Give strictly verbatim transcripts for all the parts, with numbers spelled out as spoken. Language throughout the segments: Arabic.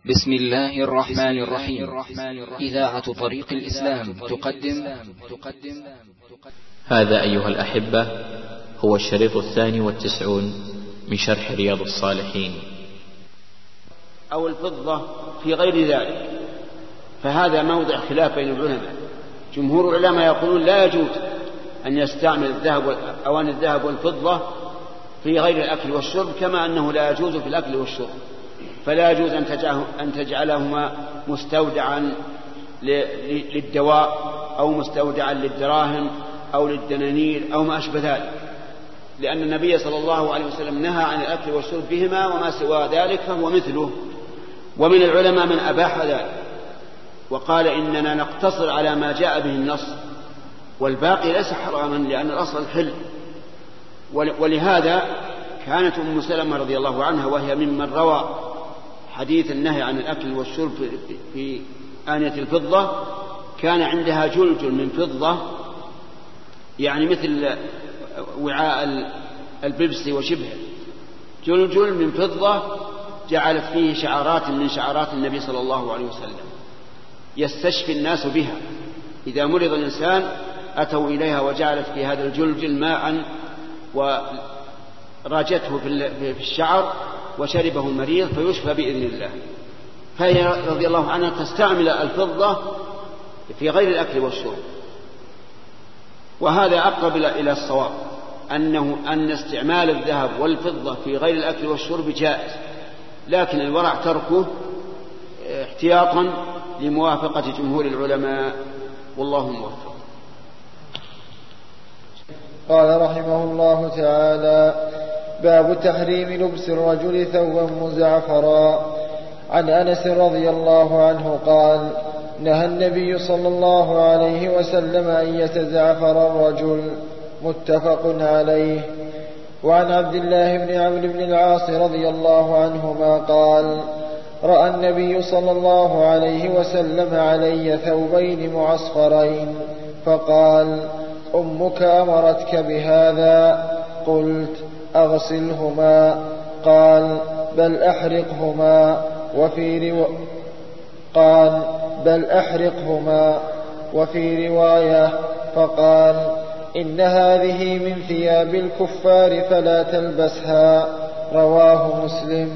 بسم الله الرحمن الرحيم. إذاعة طريق الإسلام تقدم هذا أيها الأحبة هو الشريط الثاني والتسعون من شرح رياض الصالحين. أو الفضة في غير ذلك، فهذا موضع خلاف بين العلماء. جمهور العلماء يقولون لا يجوز أن يستعمل الذهب أواني الذهب والفضة في غير الأكل والشرب، كما أنه لا يجوز في الأكل والشرب، فلا يجوز أن تجعلهما مستودعا للدواء أو مستودعا للدراهم أو للدنانير أو ما أشبه ذلك، لأن النبي صلى الله عليه وسلم نهى عن الأكل والشرب بهما، وما سوى ذلك فهو مثله. ومن العلماء من أباح ذلك وقال إننا نقتصر على ما جاء به النص، والباقي ليس حراما لأن الأصل الحل. ولهذا كانت أم سلمة رضي الله عنها وهي ممن روى حديث النهي عن الأكل والشرب في آنية الفضة، كان عندها جلجل من فضة، يعني مثل وعاء البيبسي وشبهه، جلجل من فضة جعلت فيه شعارات من شعارات النبي صلى الله عليه وسلم يستشفي الناس بها. إذا مرض الإنسان أتوا إليها وجعلت في هذا الجلجل ماء وراجته في الشعر وشربه المريض فيشفى بإذن الله. فهي رضي الله عنها تستعمل الفضة في غير الأكل والشرب، وهذا أقرب إلى الصواب، أنه أن استعمال الذهب والفضة في غير الأكل والشرب جائز، لكن الورع تركه احتياطا لموافقة جمهور العلماء، والله موفق. قال رحمه الله تعالى: باب تحريم لبس الرجل ثوبا مزعفرا. عن أنس رضي الله عنه قال: نهى النبي صلى الله عليه وسلم أن يتزعفر الرجل، متفق عليه. وعن عبد الله بن عمرو بن العاص رضي الله عنهما قال: رأى النبي صلى الله عليه وسلم علي ثوبين معصفرين فقال: أمك أمرتك بهذا؟ قلت: أغسلهما. قال: بل أحرقهما. وفي رو... قال: بل أحرقهما. وفي رواية: فقال: إن هذه من ثياب الكفار فلا تلبسها. رواه مسلم.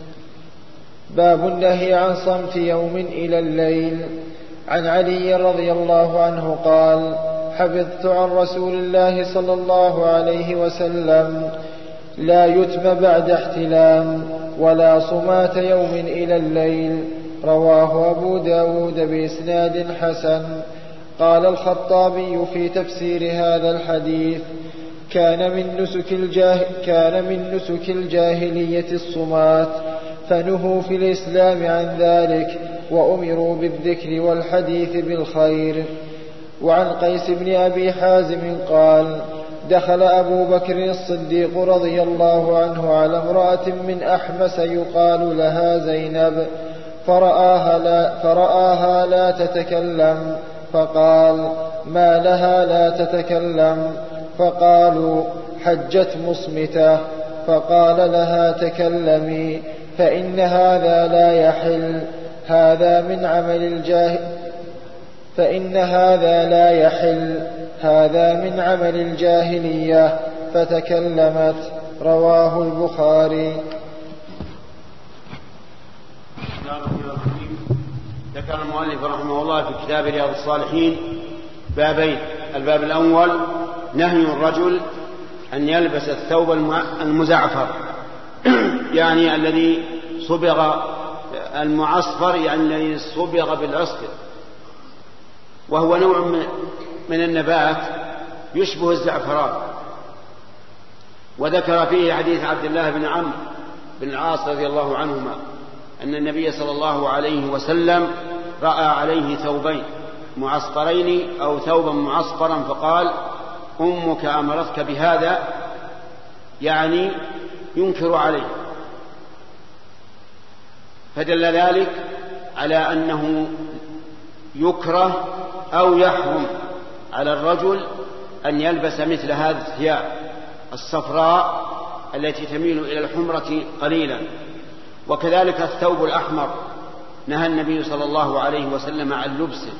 باب النهي عن صمت يوم إلى الليل. عن علي رضي الله عنه قال: حفظت عن رسول الله صلى الله عليه وسلم: لا يتم بعد احتلام ولا صمات يوم إلى الليل. رواه أبو داود بإسناد حسن. قال الخطابي في تفسير هذا الحديث: كان من نسك, الجاه كان من نسك الجاهلية الصمات، فنهوا في الإسلام عن ذلك وأمروا بالذكر والحديث بالخير. وعن قيس بن أبي حازم قال: دخل أبو بكر الصديق رضي الله عنه على امرأة من أحمس يقال لها زينب، فرآها لا, فرآها لا تتكلم، فقال: ما لها لا تتكلم؟ فقالوا: حجت مصمتة. فقال لها: تكلمي، فإن هذا لا يحل، هذا من عمل الجاهل فإن هذا لا يحل هذا من عمل الجاهلية، فتكلمت. رواه البخاري. ذكر المؤلف رحمه الله في كتاب رياض الصالحين بابين: الباب الأول نهي الرجل أن يلبس الثوب المزعفر، يعني الذي صبغ، المعصفر يعني الذي صبغ بالعصفر، وهو نوع من النبات يشبه الزعفران. وذكر فيه حديث عبد الله بن عمرو بن العاص رضي الله عنهما أن النبي صلى الله عليه وسلم رأى عليه ثوبين معصفرين أو ثوبا معصفرا فقال: أمك أمرتك بهذا، يعني ينكر عليه. فدل ذلك على أنه يكره أو يحرم على الرجل أن يلبس مثل هذه الثياب الصفراء التي تميل إلى الحمرة قليلا، وكذلك الثوب الأحمر نهى النبي صلى الله عليه وسلم عن لبسه،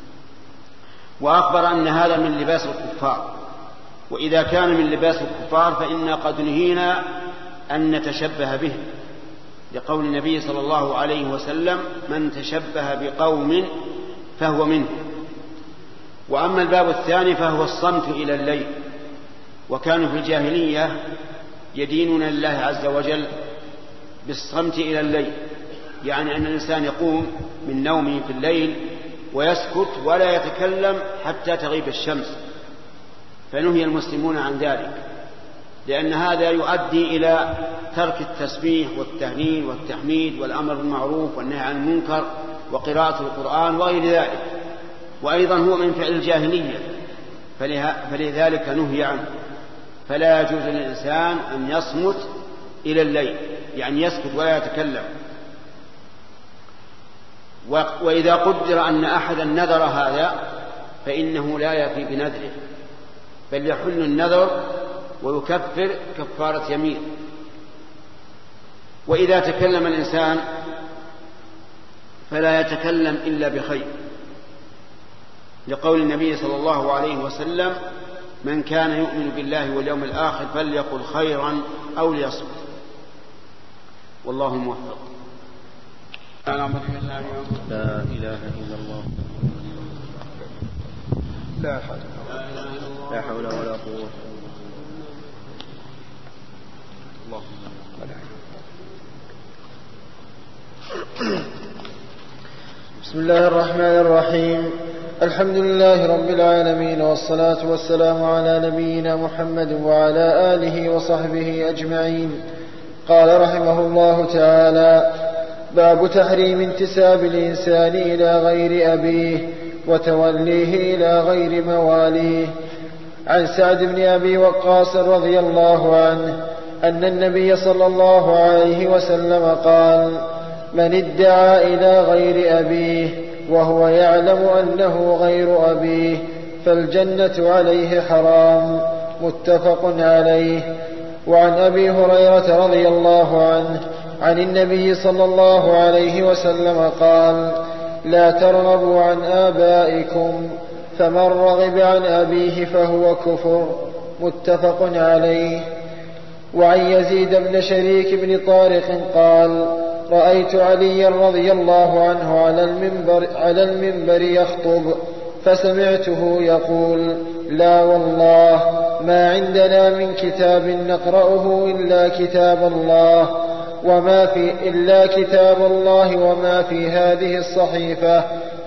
وأخبر أن هذا من لباس الكفار، وإذا كان من لباس الكفار فإنا قد نهينا أن نتشبه به، لقول النبي صلى الله عليه وسلم: من تشبه بقوم فهو منه. وأما الباب الثاني فهو الصمت إلى الليل، وكانوا في الجاهلية يدينون الله عز وجل بالصمت إلى الليل، يعني أن الإنسان يقوم من نومه في الليل ويسكت ولا يتكلم حتى تغيب الشمس، فنهي المسلمون عن ذلك، لأن هذا يؤدي إلى ترك التسبيح والتهليل والتحميد والأمر بالمعروف والنهي عن المنكر وقراءة القرآن وغير ذلك، وأيضا هو من فعل الجاهلية، فلذلك نهي عنه. فلا يجوز للإنسان أن يصمت إلى الليل، يعني يسكت ولا يتكلم. وإذا قدر أن أحدا نذر هذا فإنه لا يفي بنذره، بل يحل النذر ويكفر كفارة يمين. وإذا تكلم الإنسان فلا يتكلم إلا بخير، لقول النبي صلى الله عليه وسلم: من كان يؤمن بالله واليوم الآخر فليقل خيرا أو ليصمت. والله موفق. لا إله إلا الله، لا حول لا حول ولا قوة الله. بسم الله الرحمن الرحيم. الحمد لله رب العالمين، والصلاة والسلام على نبينا محمد وعلى آله وصحبه أجمعين. قال رحمه الله تعالى: باب تحريم انتساب الإنسان إلى غير أبيه وتوليه إلى غير مواليه. عن سعد بن أبي وقاص رضي الله عنه أن النبي صلى الله عليه وسلم قال: من ادعى إلى غير أبيه وهو يعلم أنه غير أبيه فالجنة عليه حرام. متفق عليه. وعن أبي هريرة رضي الله عنه عن النبي صلى الله عليه وسلم قال: لا ترغبوا عن آبائكم، فمن رغب عن أبيه فهو كفر. متفق عليه. وعن يزيد بن شريك بن طارق قال: رأيت علي رضي الله عنه على المنبر, على المنبر يخطب، فسمعته يقول: لا والله ما عندنا من كتاب نقرأه إلا كتاب الله وما في إلا كتاب الله وما في هذه الصحيفة.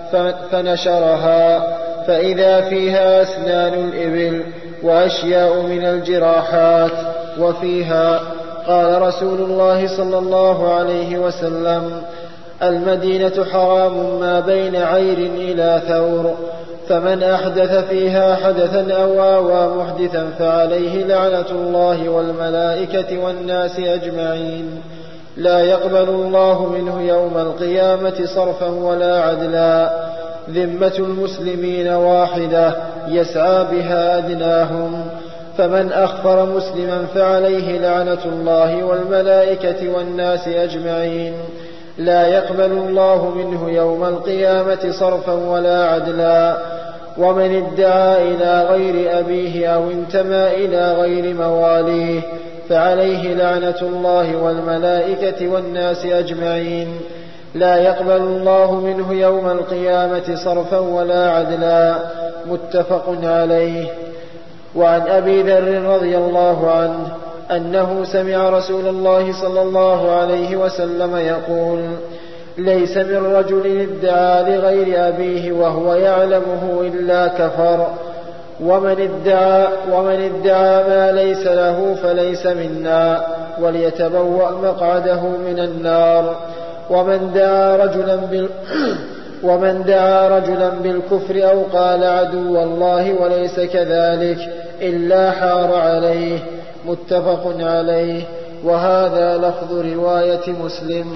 فنشرها فإذا فيها أسنان الإبل وأشياء من الجراحات، وفيها: قال رسول الله صلى الله عليه وسلم: المدينة حرام ما بين عير إلى ثور، فمن أحدث فيها حدثا أو آوى محدثا فعليه لعنة الله والملائكة والناس أجمعين، لا يقبل الله منه يوم القيامة صرفا ولا عدلا. ذمة المسلمين واحدة يسعى بها أدناهم، فمن أخفر مسلما فعليه لعنة الله والملائكة والناس أجمعين، لا يقبل الله منه يوم القيامة صرفا ولا عدلا. ومن ادعى إلى غير أبيه أو انتمى إلى غير مواليه فعليه لعنة الله والملائكة والناس أجمعين، لا يقبل الله منه يوم القيامة صرفا ولا عدلا. متفق عليه. وعن أبي ذر رضي الله عنه أنه سمع رسول الله صلى الله عليه وسلم يقول: ليس من رجل ادعى لغير أبيه وهو يعلمه إلا كفر، ومن ادعى, ومن ادعى ما ليس له فليس منا، وليتبوأ مقعده من النار. ومن دعا رجلا بال ومن دعا رجلا بالكفر أو قال عدو الله وليس كذلك إلا حار عليه. متفق عليه. وهذا لفظ رواية مسلم.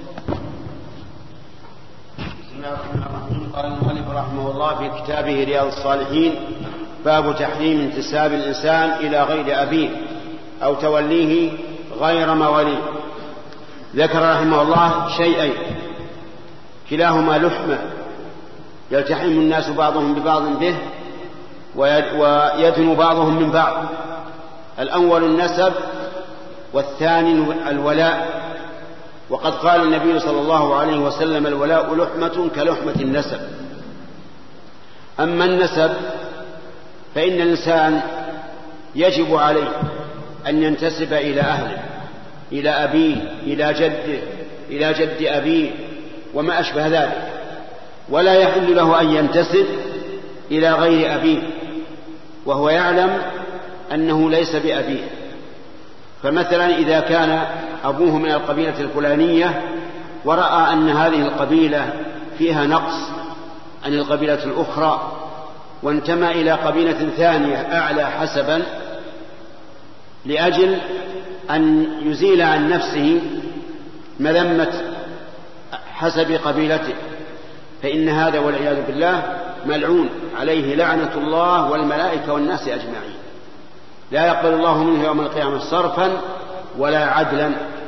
قال المؤلف رحمه الله في كتابه رياض الصالحين: باب تحريم انتساب الإنسان إلى غير أبيه أو توليه غير مواليه. ذكر رحمه الله شيئين: كلاهما لحمة يلتحم الناس بعضهم ببعض به ويدن بعضهم من بعض. الأول النسب والثاني الولاء. وقد قال النبي صلى الله عليه وسلم الولاء لحمة كلحمة النسب. أما النسب فإن الإنسان يجب عليه أن ينتسب إلى أهله، إلى أبيه، إلى جده، إلى جد أبيه وما أشبه ذلك، ولا يحل له أن ينتسب إلى غير أبيه وهو يعلم أنه ليس بأبيه. فمثلا إذا كان أبوه من القبيلة الفلانية ورأى أن هذه القبيلة فيها نقص عن القبيلة الأخرى وانتمى إلى قبيلة ثانية أعلى حسبا لأجل أن يزيل عن نفسه مذمة حسب قبيلته، فإن هذا والعياذ بالله ملعون عليه لعنة الله والملائكة والناس أجمعين، لا يقبل الله منه يوم القيامة صرفا ولا عدلا.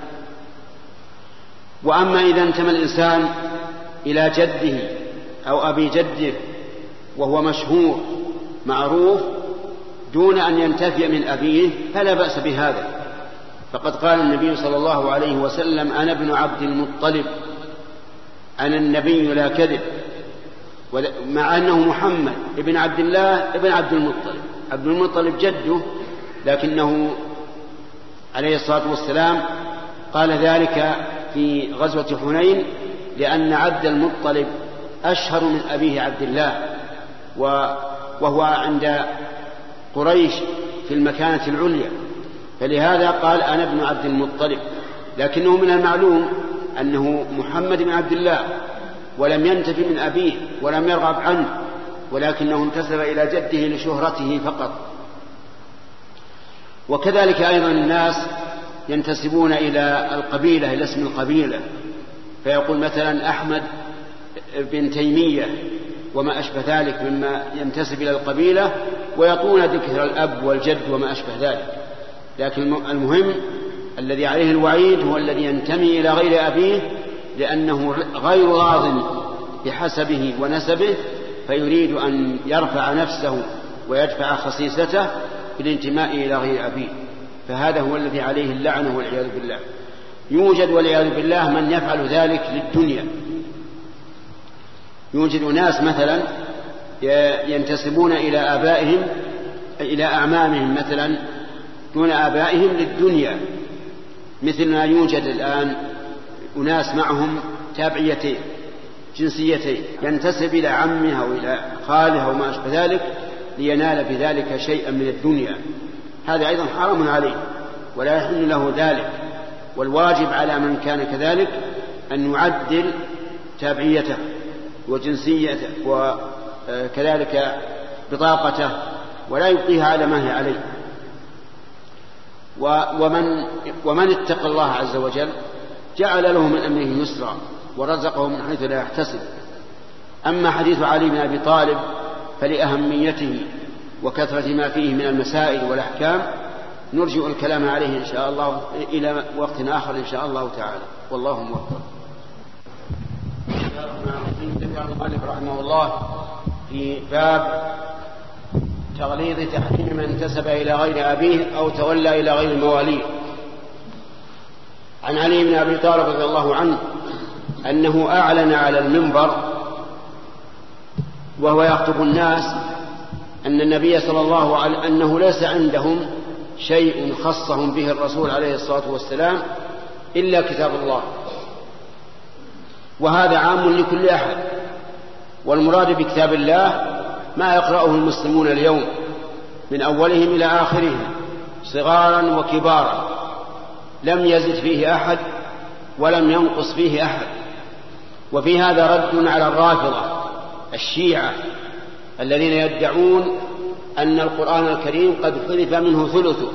وأما إذا انتمى الإنسان إلى جده أو أبي جده وهو مشهور معروف دون أن ينتفي من أبيه فلا بأس بهذا. فقد قال النبي صلى الله عليه وسلم أنا ابن عبد المطلب، أنا النبي لا كذب، مع أنه محمد ابن عبد الله ابن عبد المطلب. عبد المطلب جده، لكنه عليه الصلاة والسلام قال ذلك في غزوة حنين لأن عبد المطلب أشهر من أبيه عبد الله، وهو عند قريش في المكانة العليا، فلهذا قال أنا ابن عبد المطلب. لكنه من المعلوم أنه محمد بن عبد الله ولم ينتفي من أبيه ولم يرغب عنه، ولكنه انتسب إلى جده لشهرته فقط. وكذلك أيضا الناس ينتسبون إلى القبيلة، إلى اسم القبيلة، فيقول مثلا أحمد بن تيمية وما أشبه ذلك مما ينتسب إلى القبيلة، ويطول ذكر الأب والجد وما أشبه ذلك. لكن المهم الذي عليه الوعيد هو الذي ينتمي إلى غير أبيه لأنه غير راض بحسبه ونسبه، فيريد أن يرفع نفسه ويدفع خصيصته بالانتماء إلى غير أبيه، فهذا هو الذي عليه اللعنة والعياذ بالله. يوجد والعياذ بالله من يفعل ذلك للدنيا. يوجد ناس مثلا ينتسبون إلى آبائهم إلى أعمامهم مثلا دون آبائهم للدنيا، مثل ما يوجد الآن أناس معهم تابعيتين جنسيتين، ينتسب إلى عمها أو إلى خالها وما أشبه ذلك لينال بذلك شيئا من الدنيا. هذا أيضا حرام عليه ولا يحل له ذلك. والواجب على من كان كذلك أن يعدل تابعيته وجنسيته وكذلك بطاقته ولا يبقيها على ما هي عليه. ومن, ومن اتقى الله عز وجل جعل له من أمره يسرا ورزقه من حيث لا يحتسب. أما حديث علي بن أبي طالب فلأهميته وكثرة ما فيه من المسائل والأحكام نرجع الكلام عليه إن شاء الله إلى وقت آخر إن شاء الله تعالى، والله موفق. ذكر المؤلف رحمه الله في باب تغليظ تحريم من انتسب إلى غير أبيه أو تولى إلى غير مواليه. عن علي بن أبي طالب رضي الله عنه أنه أعلن على المنبر وهو يخطب الناس أن النبي صلى الله عليه وسلم أنه ليس عندهم شيء خصهم به الرسول عليه الصلاة والسلام إلا كتاب الله، وهذا عام لكل أحد. والمراد بكتاب الله ما يقرأه المسلمون اليوم من أولهم إلى آخرهم صغارا وكبارا، لم يزد فيه أحد ولم ينقص فيه أحد. وفي هذا رد على الرافضة الشيعة الذين يدعون أن القرآن الكريم قد حذف منه ثلثه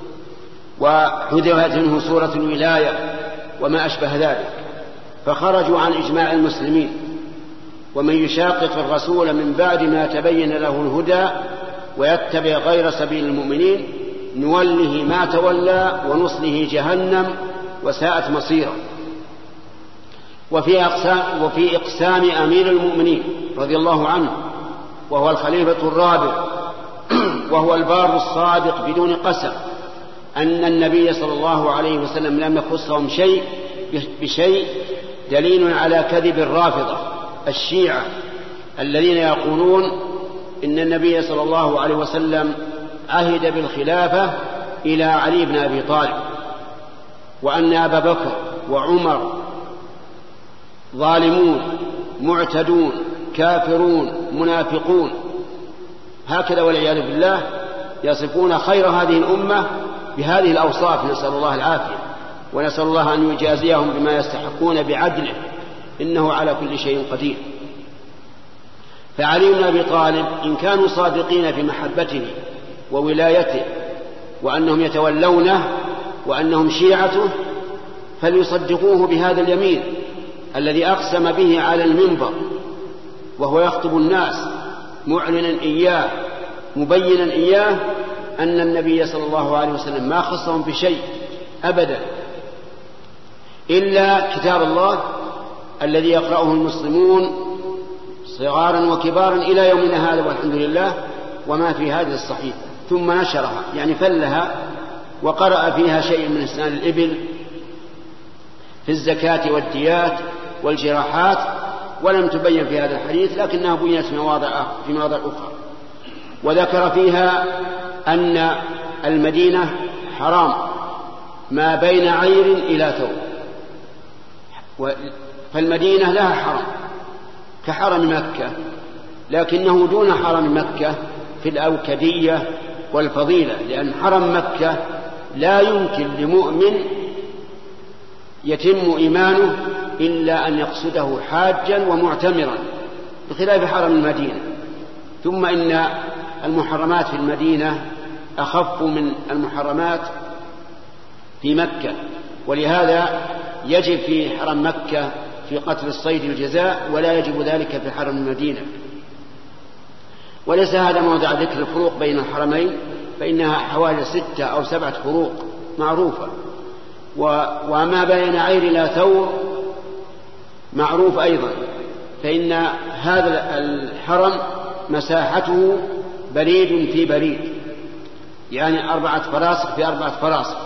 وحذفت منه سورة الولاية وما أشبه ذلك، فخرجوا عن إجماع المسلمين. ومن يشاقق الرسول من بعد ما تبين له الهدى ويتبع غير سبيل المؤمنين نوله ما تولى ونصله جهنم وساءت مصيرا. وفي أقسام, وفي إقسام أمير المؤمنين رضي الله عنه وهو الخليفة الرابع وهو البار الصادق بدون قسم أن النبي صلى الله عليه وسلم لم يخصهم شيء بشيء دليل على كذب الرافضة الشيعة الذين يقولون إن النبي صلى الله عليه وسلم عهد بالخلافة إلى علي بن أبي طالب، وأن أبا بكر وعمر ظالمون معتدون كافرون منافقون، هكذا والعياذ بالله يصفون خير هذه الأمة بهذه الأوصاف، نسأل الله العافية، ونسأل الله أن يجازيهم بما يستحقون بعدله، إنه على كل شيء قدير. فعلي بن أبي طالب إن كانوا صادقين في محبته وولايته وأنهم يتولونه وأنهم شيعته فليصدقوه بهذا اليمين الذي أقسم به على المنبر وهو يخطب الناس معلنا إياه مبينا إياه أن النبي صلى الله عليه وسلم ما خصهم بشيء أبدا إلا كتاب الله الذي يقرأه المسلمون صغارا وكبارا إلى يومنا هذا والحمد لله، وما في هذه الصحيفة، ثم نشرها يعني فلها وقرأ فيها شيء من اسنان الإبل في الزكاة والديات والجراحات، ولم تبين في هذا الحديث لكنها بينت في مواضع في مواضع أخرى. وذكر فيها أن المدينة حرام ما بين عير إلى ثور، فالمدينة لها حرم كحرم مكة، لكنه دون حرم مكة في الأوكدية والفضيلة، لأن حرم مكة لا يمكن لمؤمن يتم إيمانه إلا أن يقصده حاجا ومعتمرا بخلاف حرم المدينة. ثم إن المحرمات في المدينة أخف من المحرمات في مكة، ولهذا يجب في حرم مكة في قتل الصيد الجزاء، ولا يجب ذلك في حرم المدينة. وليس هذا موضع ذكر الفروق بين الحرمين، فإنها حوالي ستة أو سبعة فروق معروفة، وما بين عير إلى ثور معروف أيضا، فإن هذا الحرم مساحته بريد في بريد، يعني أربعة فراسخ في أربعة فراسخ.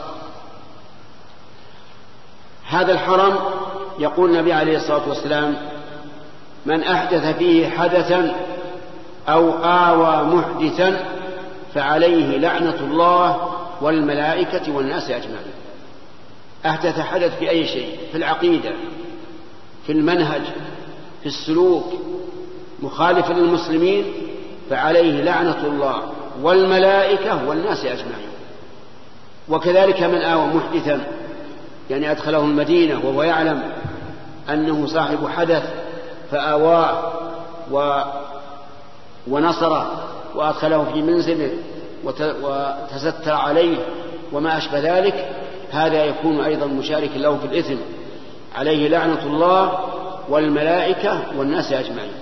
هذا الحرم يقول النبي عليه الصلاة والسلام من أحدث فيه حدثا أو آوى محدثا فعليه لعنة الله والملائكة والناس أجمعين. أحدث حدث في أي شيء، في العقيدة في المنهج في السلوك مخالفا للمسلمين فعليه لعنة الله والملائكة والناس أجمعين. وكذلك من آوى محدثا يعني أدخله المدينة وهو يعلم أنه صاحب حدث فآواه و... ونصره وأدخله في منزله وت... وتستر عليه وما أشبه ذلك، هذا يكون أيضا مشارك له في الإثم، عليه لعنة الله والملائكة والناس أجمعين.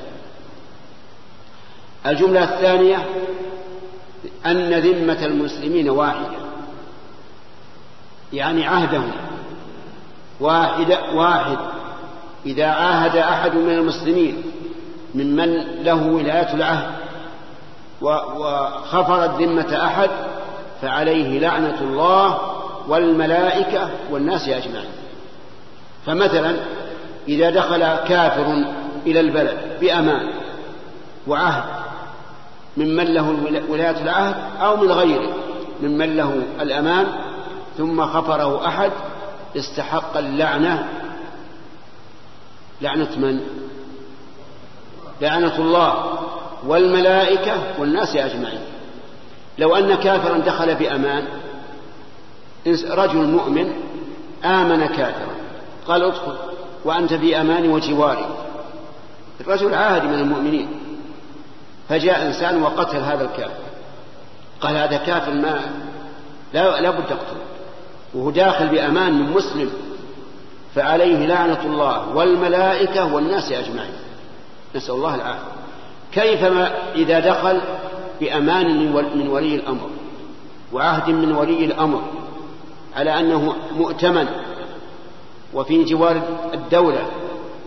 الجملة الثانية أن ذمة المسلمين واحدة، يعني عهدهم واحد واحد إذا عاهد أحد من المسلمين ممن له ولاية العهد وخفرت ذمة أحد فعليه لعنة الله والملائكة والناس أجمعين. فمثلا إذا دخل كافر إلى البلد بأمان وعهد ممن له ولاية العهد أو من غيره ممن له الأمان ثم خفره أحد استحق اللعنة. لعنة من؟ لعنة الله والملائكة والناس أجمعين. لو أن كافرا دخل بأمان، رجل مؤمن آمن كافرا قال ادخل وأنت في أمان وجواري، الرجل عاهد من المؤمنين، فجاء إنسان وقتل هذا الكافر، قال هذا كافر ما لا, لا بد تقتله، وهو داخل بأمان من مسلم، فعليه لعنة الله والملائكة والناس أجمعين، نسأل الله العافية. كيفما إذا دخل بأمان من ولي الأمر وعهد من ولي الأمر على أنه مؤتمن وفي جوار الدولة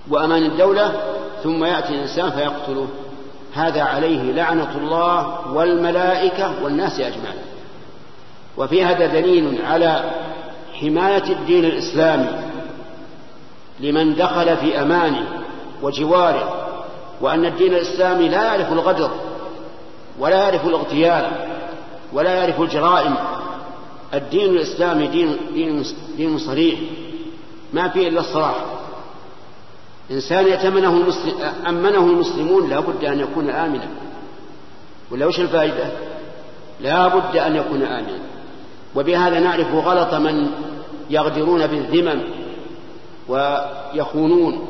وأمان الدولة ثم يأتي الإنسان فيقتله، هذا عليه لعنة الله والملائكة والناس أجمعين. وفي هذا دليل على حماية الدين الإسلامي لمن دخل في أمانه وجواره، وأن الدين الإسلامي لا يعرف الغدر ولا يعرف الاغتيال ولا يعرف الجرائم. الدين الإسلامي دين, دين, دين صريح ما فيه إلا الصراحة. إنسان يتمنه المسلم أمنه المسلمون لا بد أن يكون آمنا، ولا وش الفائدة؟ لا بد أن يكون آمنا. وبهذا نعرف غلط من يغدرون بالذمم ويخونون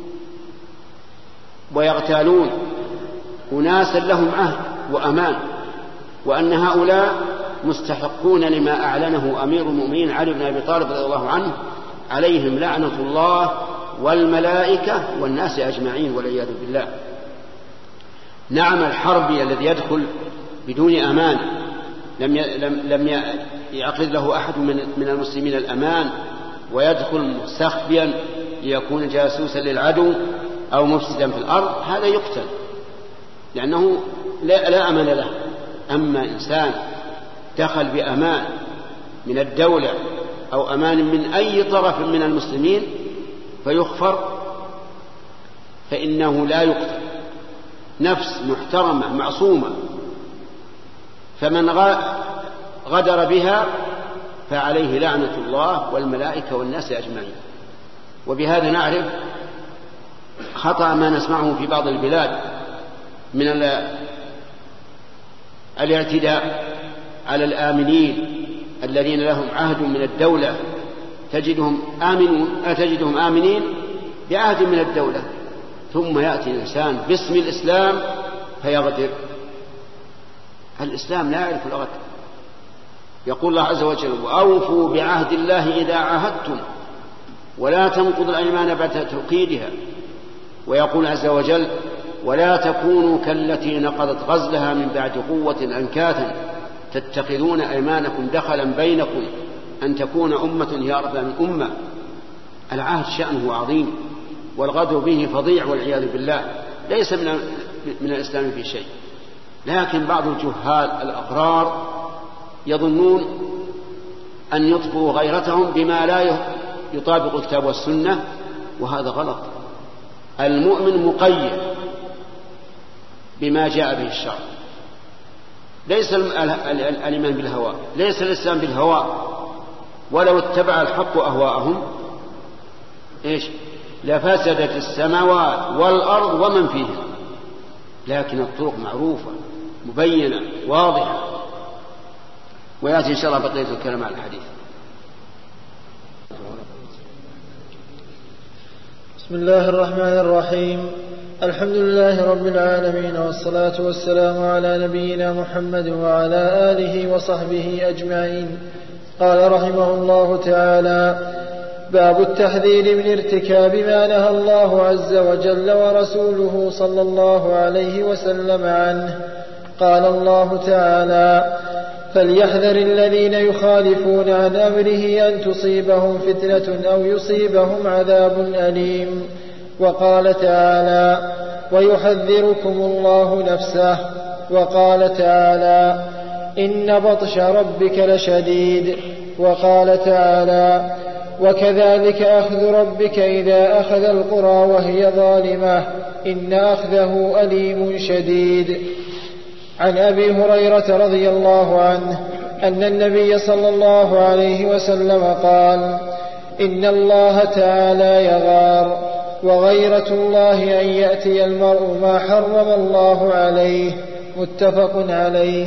ويغتالون أناسا لهم عهد وأمان، وأن هؤلاء مستحقون لما أعلنه أمير المؤمنين علي بن أبي طالب رضي الله عنه، عليهم لعنة الله والملائكة والناس أجمعين والعياذ بالله. نعم الحربي الذي يدخل بدون أمان لم لم يعقد له أحد من المسلمين الأمان ويدخل مستخبيا ليكون جاسوسا للعدو أو مفسدا في الأرض، هذا يقتل لأنه لا, لا أمان له. أما إنسان دخل بأمان من الدولة أو أمان من أي طرف من المسلمين فيخفر فإنه لا يقتل، نفس محترمة معصومة، فمن غدر بها فعليه لعنة الله والملائكة والناس أجمعين. وبهذا نعرف خطأ ما نسمعه في بعض البلاد من الاعتداء على الآمنين الذين لهم عهد من الدولة، تجدهم آمنون تجدهم آمنين بعهد من الدولة، ثم يأتي الإنسان باسم الإسلام فيغدر. الإسلام لا يعرف الغدر. يقول الله عز وجل: وأوفوا بعهد الله إذا عاهدتم ولا تنقضوا الأيمان بعد توكيدها. ويقول عز وجل: ولا تكونوا كالتي نقضت غزلها من بعد قوة أنكاثا تتخذون أيمانكم دخلا بينكم أن تكون أمة هي أربى من أمة. العهد شأنه عظيم والغدر به فظيع والعياذ بالله، ليس من, من الإسلام في شيء. لكن بعض الجهال الأغرار يظنون أن يطفئوا غيرتهم بما لا يطابق الكتاب والسنة، وهذا غلط. المؤمن مقيد بما جاء به الشرع، ليس الإيمان بالهوى، ليس الإسلام بالهوى. ولو اتبع الحق أهواءهم إيش لفسدت السماوات والأرض ومن فيها. لكن الطرق معروفة مبينة واضحة، ويأتي إن شاء الله بقية الكلام على الحديث. بسم الله الرحمن الرحيم. الحمد لله رب العالمين، والصلاة والسلام على نبينا محمد وعلى آله وصحبه أجمعين. قال رحمه الله تعالى: باب التحذير من ارتكاب ما نهى الله عز وجل ورسوله صلى الله عليه وسلم عنه. قال الله تعالى: فليحذر الذين يخالفون عن أمره أن تصيبهم فتنة أو يصيبهم عذاب أليم. وقال تعالى: ويحذركم الله نفسه. وقال تعالى: إن بطش ربك لشديد. وقال تعالى: وكذلك أخذ ربك إذا أخذ القرى وهي ظالمة إن أخذه أليم شديد. عن أبي هريرة رضي الله عنه أن النبي صلى الله عليه وسلم قال: إن الله تعالى يغار، وغيرة الله أن يأتي المرء ما حرم الله عليه. متفق عليه.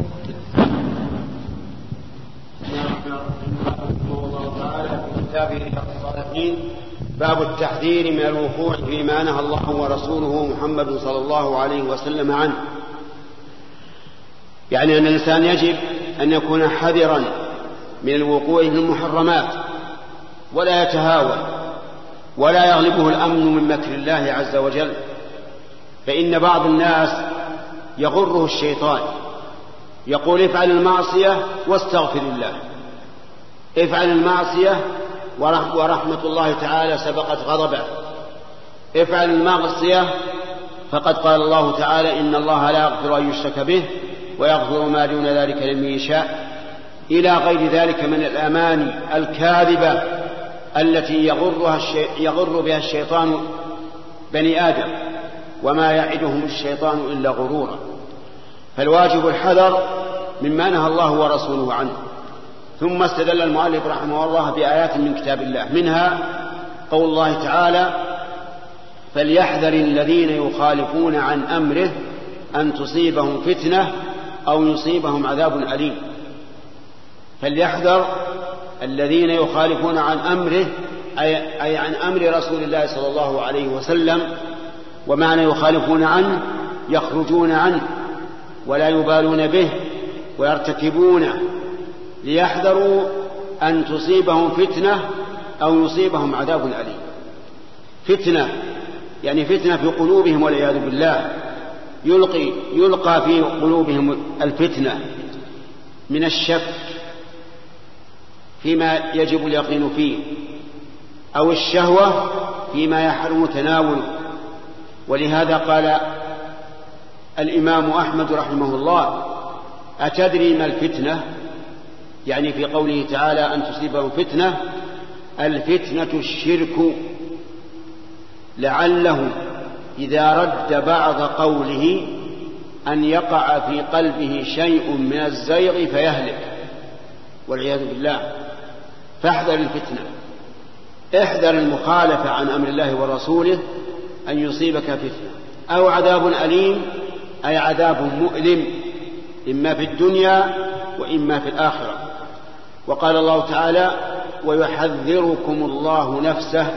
باب التحذير من الوقوع فيما نهى الله ورسوله محمد صلى الله عليه وسلم عنه، يعني أن الإنسان يجب أن يكون حذرا من الوقوع في المحرمات ولا يتهاون ولا يغلبه الأمن من مكر الله عز وجل. فإن بعض الناس يغره الشيطان يقول: افعل المعصية واستغفر الله، افعل المعصية ورحمة الله تعالى سبقت غضبه، افعل المعصية فقد قال الله تعالى إن الله لا يغفر أن يشرك به ويغفر ما دون ذلك لمن يشاء، إلى غير ذلك من الأماني الكاذبة التي يغرها الشي... يغر بها الشيطان بني آدم، وما يعدهم الشيطان إلا غرورا. فالواجب الحذر مما نهى الله ورسوله عنه. ثم استدل المؤلف رحمه الله بآيات من كتاب الله، منها قول الله تعالى فليحذر الذين يخالفون عن أمره أن تصيبهم فتنة أو يصيبهم عذاب أليم. فليحذر الذين يخالفون عن أمره أي عن أمر رسول الله صلى الله عليه وسلم، ومعنى يخالفون عنه يخرجون عنه ولا يبالون به ويرتكبونه، ليحذروا أن تصيبهم فتنة أو يصيبهم عذاب أليم. فتنة يعني فتنة في قلوبهم والعياذ بالله، يلقي يلقى في قلوبهم الفتنة من الشك فيما يجب اليقين فيه، أو الشهوة فيما يحرم تناوله. ولهذا قال الإمام أحمد رحمه الله أتدري ما الفتنة؟ يعني في قوله تعالى أن تصيبهم فتنة، الفتنة الشرك، لعله إذا رد بعض قوله أن يقع في قلبه شيء من الزيغ فيهلك والعياذ بالله. فاحذر الفتنة، احذر المخالفة عن أمر الله ورسوله أن يصيبك فتنة أو عذاب أليم، أي عذاب مؤلم إما في الدنيا وإما في الآخرة. وقال الله تعالى ويحذركم الله نفسه،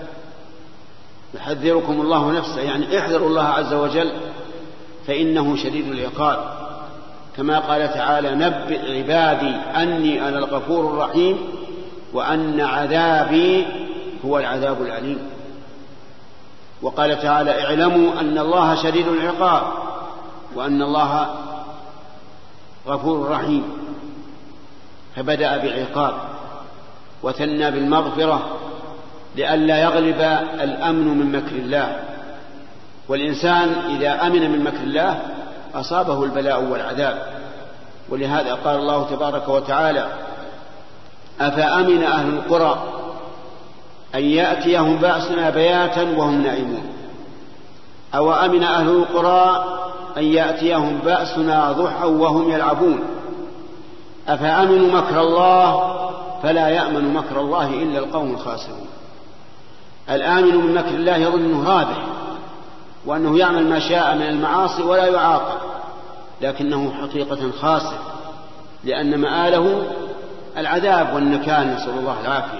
يحذركم الله نفسه يعني احذروا الله عز وجل فإنه شديد العقاب، كما قال تعالى نبئ عبادي أني أنا الغفور الرحيم وأن عذابي هو العذاب الأليم. وقال تعالى اعلموا أن الله شديد العقاب وأن الله غفور رحيم، فبدأ بالعقاب وثنى بالمغفرة لئلا يغلب الأمن من مكر الله. والإنسان إذا أمن من مكر الله أصابه البلاء والعذاب. ولهذا قال الله تبارك وتعالى أفأمن أهل القرى أن يأتيهم بأسنا بياتا وهم نائمون، أو أمن أهل القرى أن يأتيهم بأسنا ضحى وهم يلعبون، أفأمنوا مكر الله فلا يأمن مكر الله إلا القوم الخاسرون. الآمن من مكر الله يظن أنه رابح وأنه يعمل ما شاء من المعاصي ولا يعاقب، لكنه حقيقة خاسر، لأن مآله العذاب والنكال، نسأل الله العافية.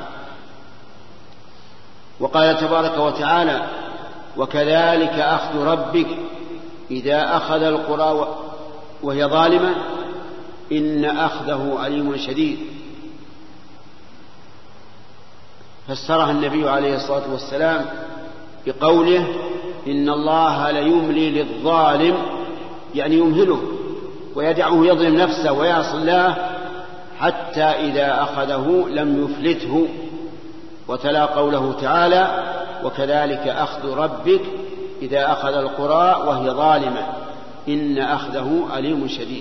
وقال تبارك وتعالى وكذلك أخذ ربك إذا أخذ القرى وهي ظالمة إن أخذه أليم شديد. فسرها النبي عليه الصلاة والسلام بقوله إن الله ليملي للظالم، يعني يمهله ويدعه يظلم نفسه ويعصي الله حتى إذا أخذه لم يفلته. وتلا قوله تعالى وكذلك أخذ ربك إذا أخذ القرى وهي ظالمة إن أخذه أليم شديد.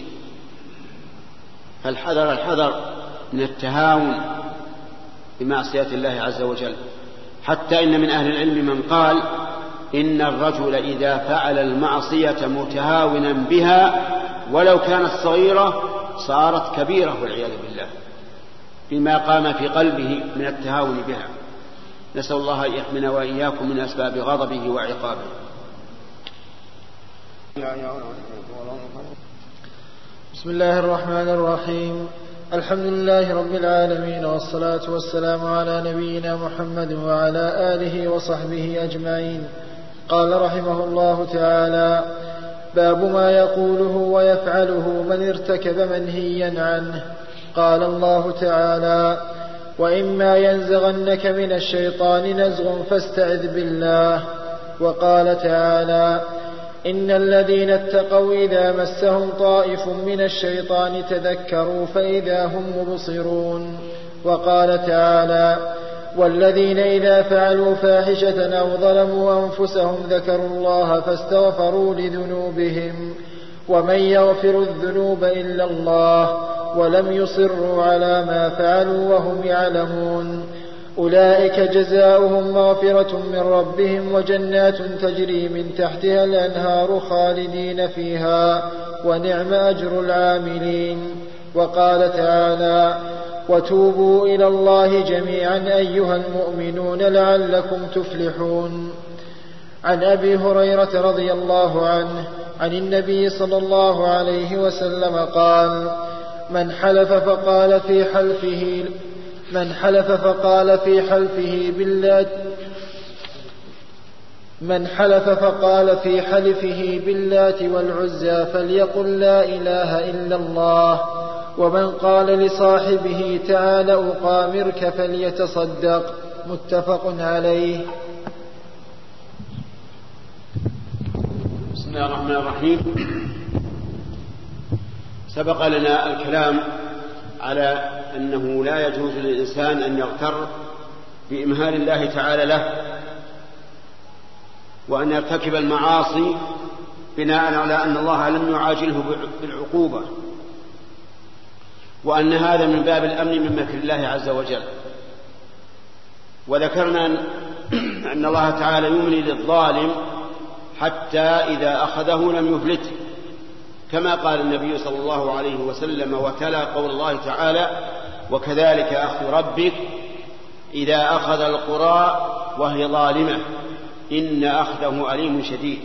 فالحذر الحذر من التهاون بمعصية الله عز وجل، حتى إن من أهل العلم من قال إن الرجل إذا فعل المعصية متهاونا بها ولو كانت صغيرة صارت كبيرة والعياذ بالله بما قام في قلبه من التهاون بها. نسأل الله أن يحمينا وإياكم من أسباب غضبه وعقابه. بسم الله الرحمن الرحيم. الحمد لله رب العالمين، والصلاة والسلام على نبينا محمد وعلى آله وصحبه أجمعين. قال رحمه الله تعالى باب ما يقوله ويفعله من ارتكب منهيا عنه. قال الله تعالى وإما ينزغنك من الشيطان نزغ فاستعذ بالله. وقال تعالى إن الذين اتقوا إذا مسهم طائف من الشيطان تذكروا فإذا هم مبصرون. وقال تعالى والذين إذا فعلوا فاحشة أو ظلموا أنفسهم ذكروا الله فاستغفروا لذنوبهم ومن يغفر الذنوب إلا الله ولم يصروا على ما فعلوا وهم يعلمون أولئك جزاؤهم مغفرة من ربهم وجنات تجري من تحتها الأنهار خالدين فيها ونعم أجر العاملين. وقال تعالى وتوبوا إلى الله جميعا أيها المؤمنون لعلكم تفلحون. عن أبي هريرة رضي الله عنه عن النبي صلى الله عليه وسلم قال من حلف فقال في حلفه من حلف فقال في حلفه بالله من حلف فقال في حلفه باللات والعزى فليقل لا إله إلا الله ومن قال لصاحبه تعال أقامرك فليتصدق. متفق عليه. بسم الله الرحمن الرحيم. سبق لنا الكلام على أنه لا يجوز للإنسان أن يغتر بإمهال الله تعالى له وأن يرتكب المعاصي بناء على أن الله لم يعاجله بالعقوبة، وأن هذا من باب الأمن من مكر الله عز وجل. وذكرنا أن الله تعالى يملي للظالم حتى إذا أخذه لم يفلته، كما قال النبي صلى الله عليه وسلم وتلا قول الله تعالى وكذلك أخذ ربك إذا أخذ القرى وهي ظالمة إن أخذه أليم شديد.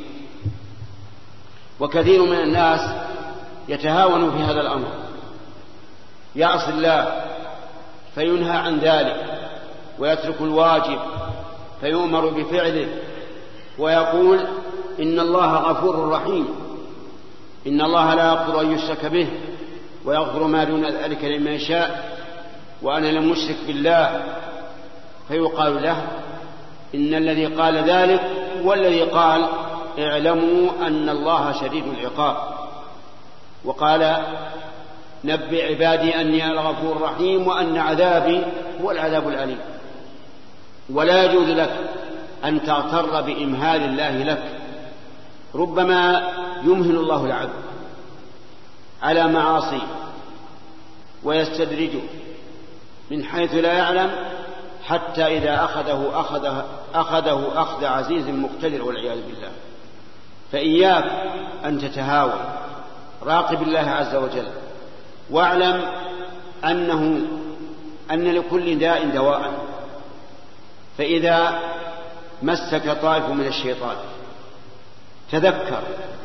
وكثير من الناس يتهاون في هذا الأمر، يعصي الله فينهى عن ذلك ويترك الواجب فيؤمر بفعله ويقول إن الله غفور رحيم، إن الله لا يغفر أن يشرك به ويغفر ما دون ذلك لمن يشاء وأنا لم أشرك بالله. فيقال له إن الذي قال ذلك والذي قال اعلموا أن الله شديد العقاب، وقال نبئ عبادي أني أنا الغفور الرحيم وأن عذابي هو العذاب الأليم. ولا يجوز لك أن تغتر بإمهال الله لك، ربما يمهل الله العبد على معاصي ويستدرجه من حيث لا يعلم حتى إذا أخذه أخذه, أخذه أخذ عزيز مقتدر والعياذ بالله. فإياك أن تتهاون، راقب الله عز وجل، واعلم أنه أن لكل داء دواء. فإذا مسك طائف من الشيطان تذكر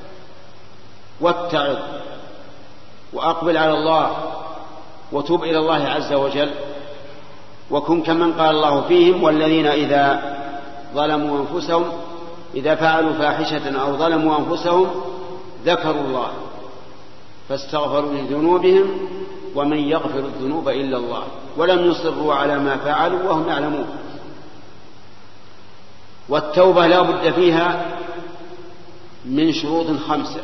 واتعظ وأقبل على الله وتوب إلى الله عز وجل، وكن كمن قال الله فيهم والذين إذا ظلموا أنفسهم إذا فعلوا فاحشة أو ظلموا أنفسهم ذكروا الله فاستغفروا لذنوبهم ومن يغفر الذنوب إلا الله ولم يصروا على ما فعلوا وهم يعلمون. والتوبة لا بد فيها من شروط خمسة.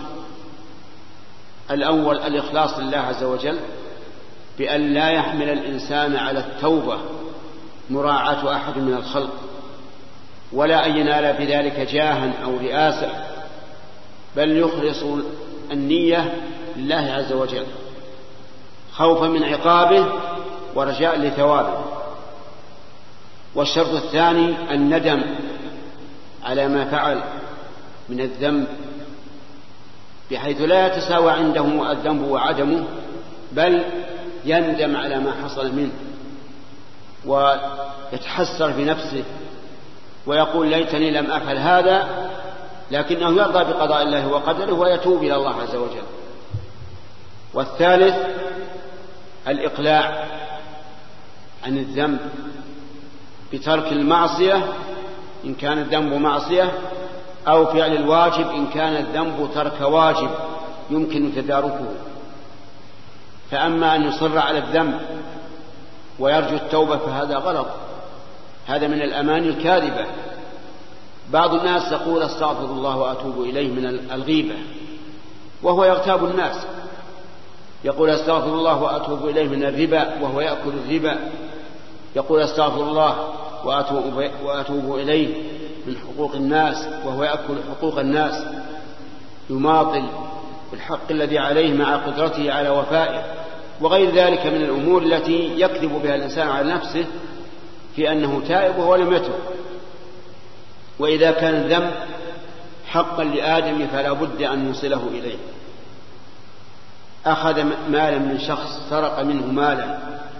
الأول الإخلاص لله عز وجل بأن لا يحمل الإنسان على التوبة مراعاة أحد من الخلق ولا أن ينال في ذلك جاها أو رئاسة، بل يخلص النية لله عز وجل خوفا من عقابه ورجاء لثوابه. والشرط الثاني الندم على ما فعل من الذنب بحيث لا يتساوى عنده الذنب وعدمه، بل يندم على ما حصل منه ويتحسر في نفسه ويقول ليتني لم أفعل هذا، لكنه يرضى بقضاء الله وقدره ويتوب إلى الله عز وجل. والثالث الإقلاع عن الذنب بترك المعصية إن كان الذنب معصية أو فعل الواجب إن كان الذنب ترك واجب يمكن تداركه. فأما أن يصر على الذنب ويرجو التوبة فهذا غلط، هذا من الأماني الكاذبة. بعض الناس يقول استغفر الله وأتوب إليه من الغيبة وهو يغتاب الناس، يقول استغفر الله وأتوب إليه من الربا وهو يأكل الربا، يقول استغفر الله وأتوب إليه من حقوق الناس، وهو يأكل حقوق الناس، يماطل بالحق الذي عليه مع قدرته على وفائه، وغير ذلك من الأمور التي يكذب بها الإنسان على نفسه في أنه تائب وهو لم يتب. وإذا كان الذنب حقا لآدم فلا بد أن يوصله إليه. أخذ مالا من شخص، سرق منه مالا،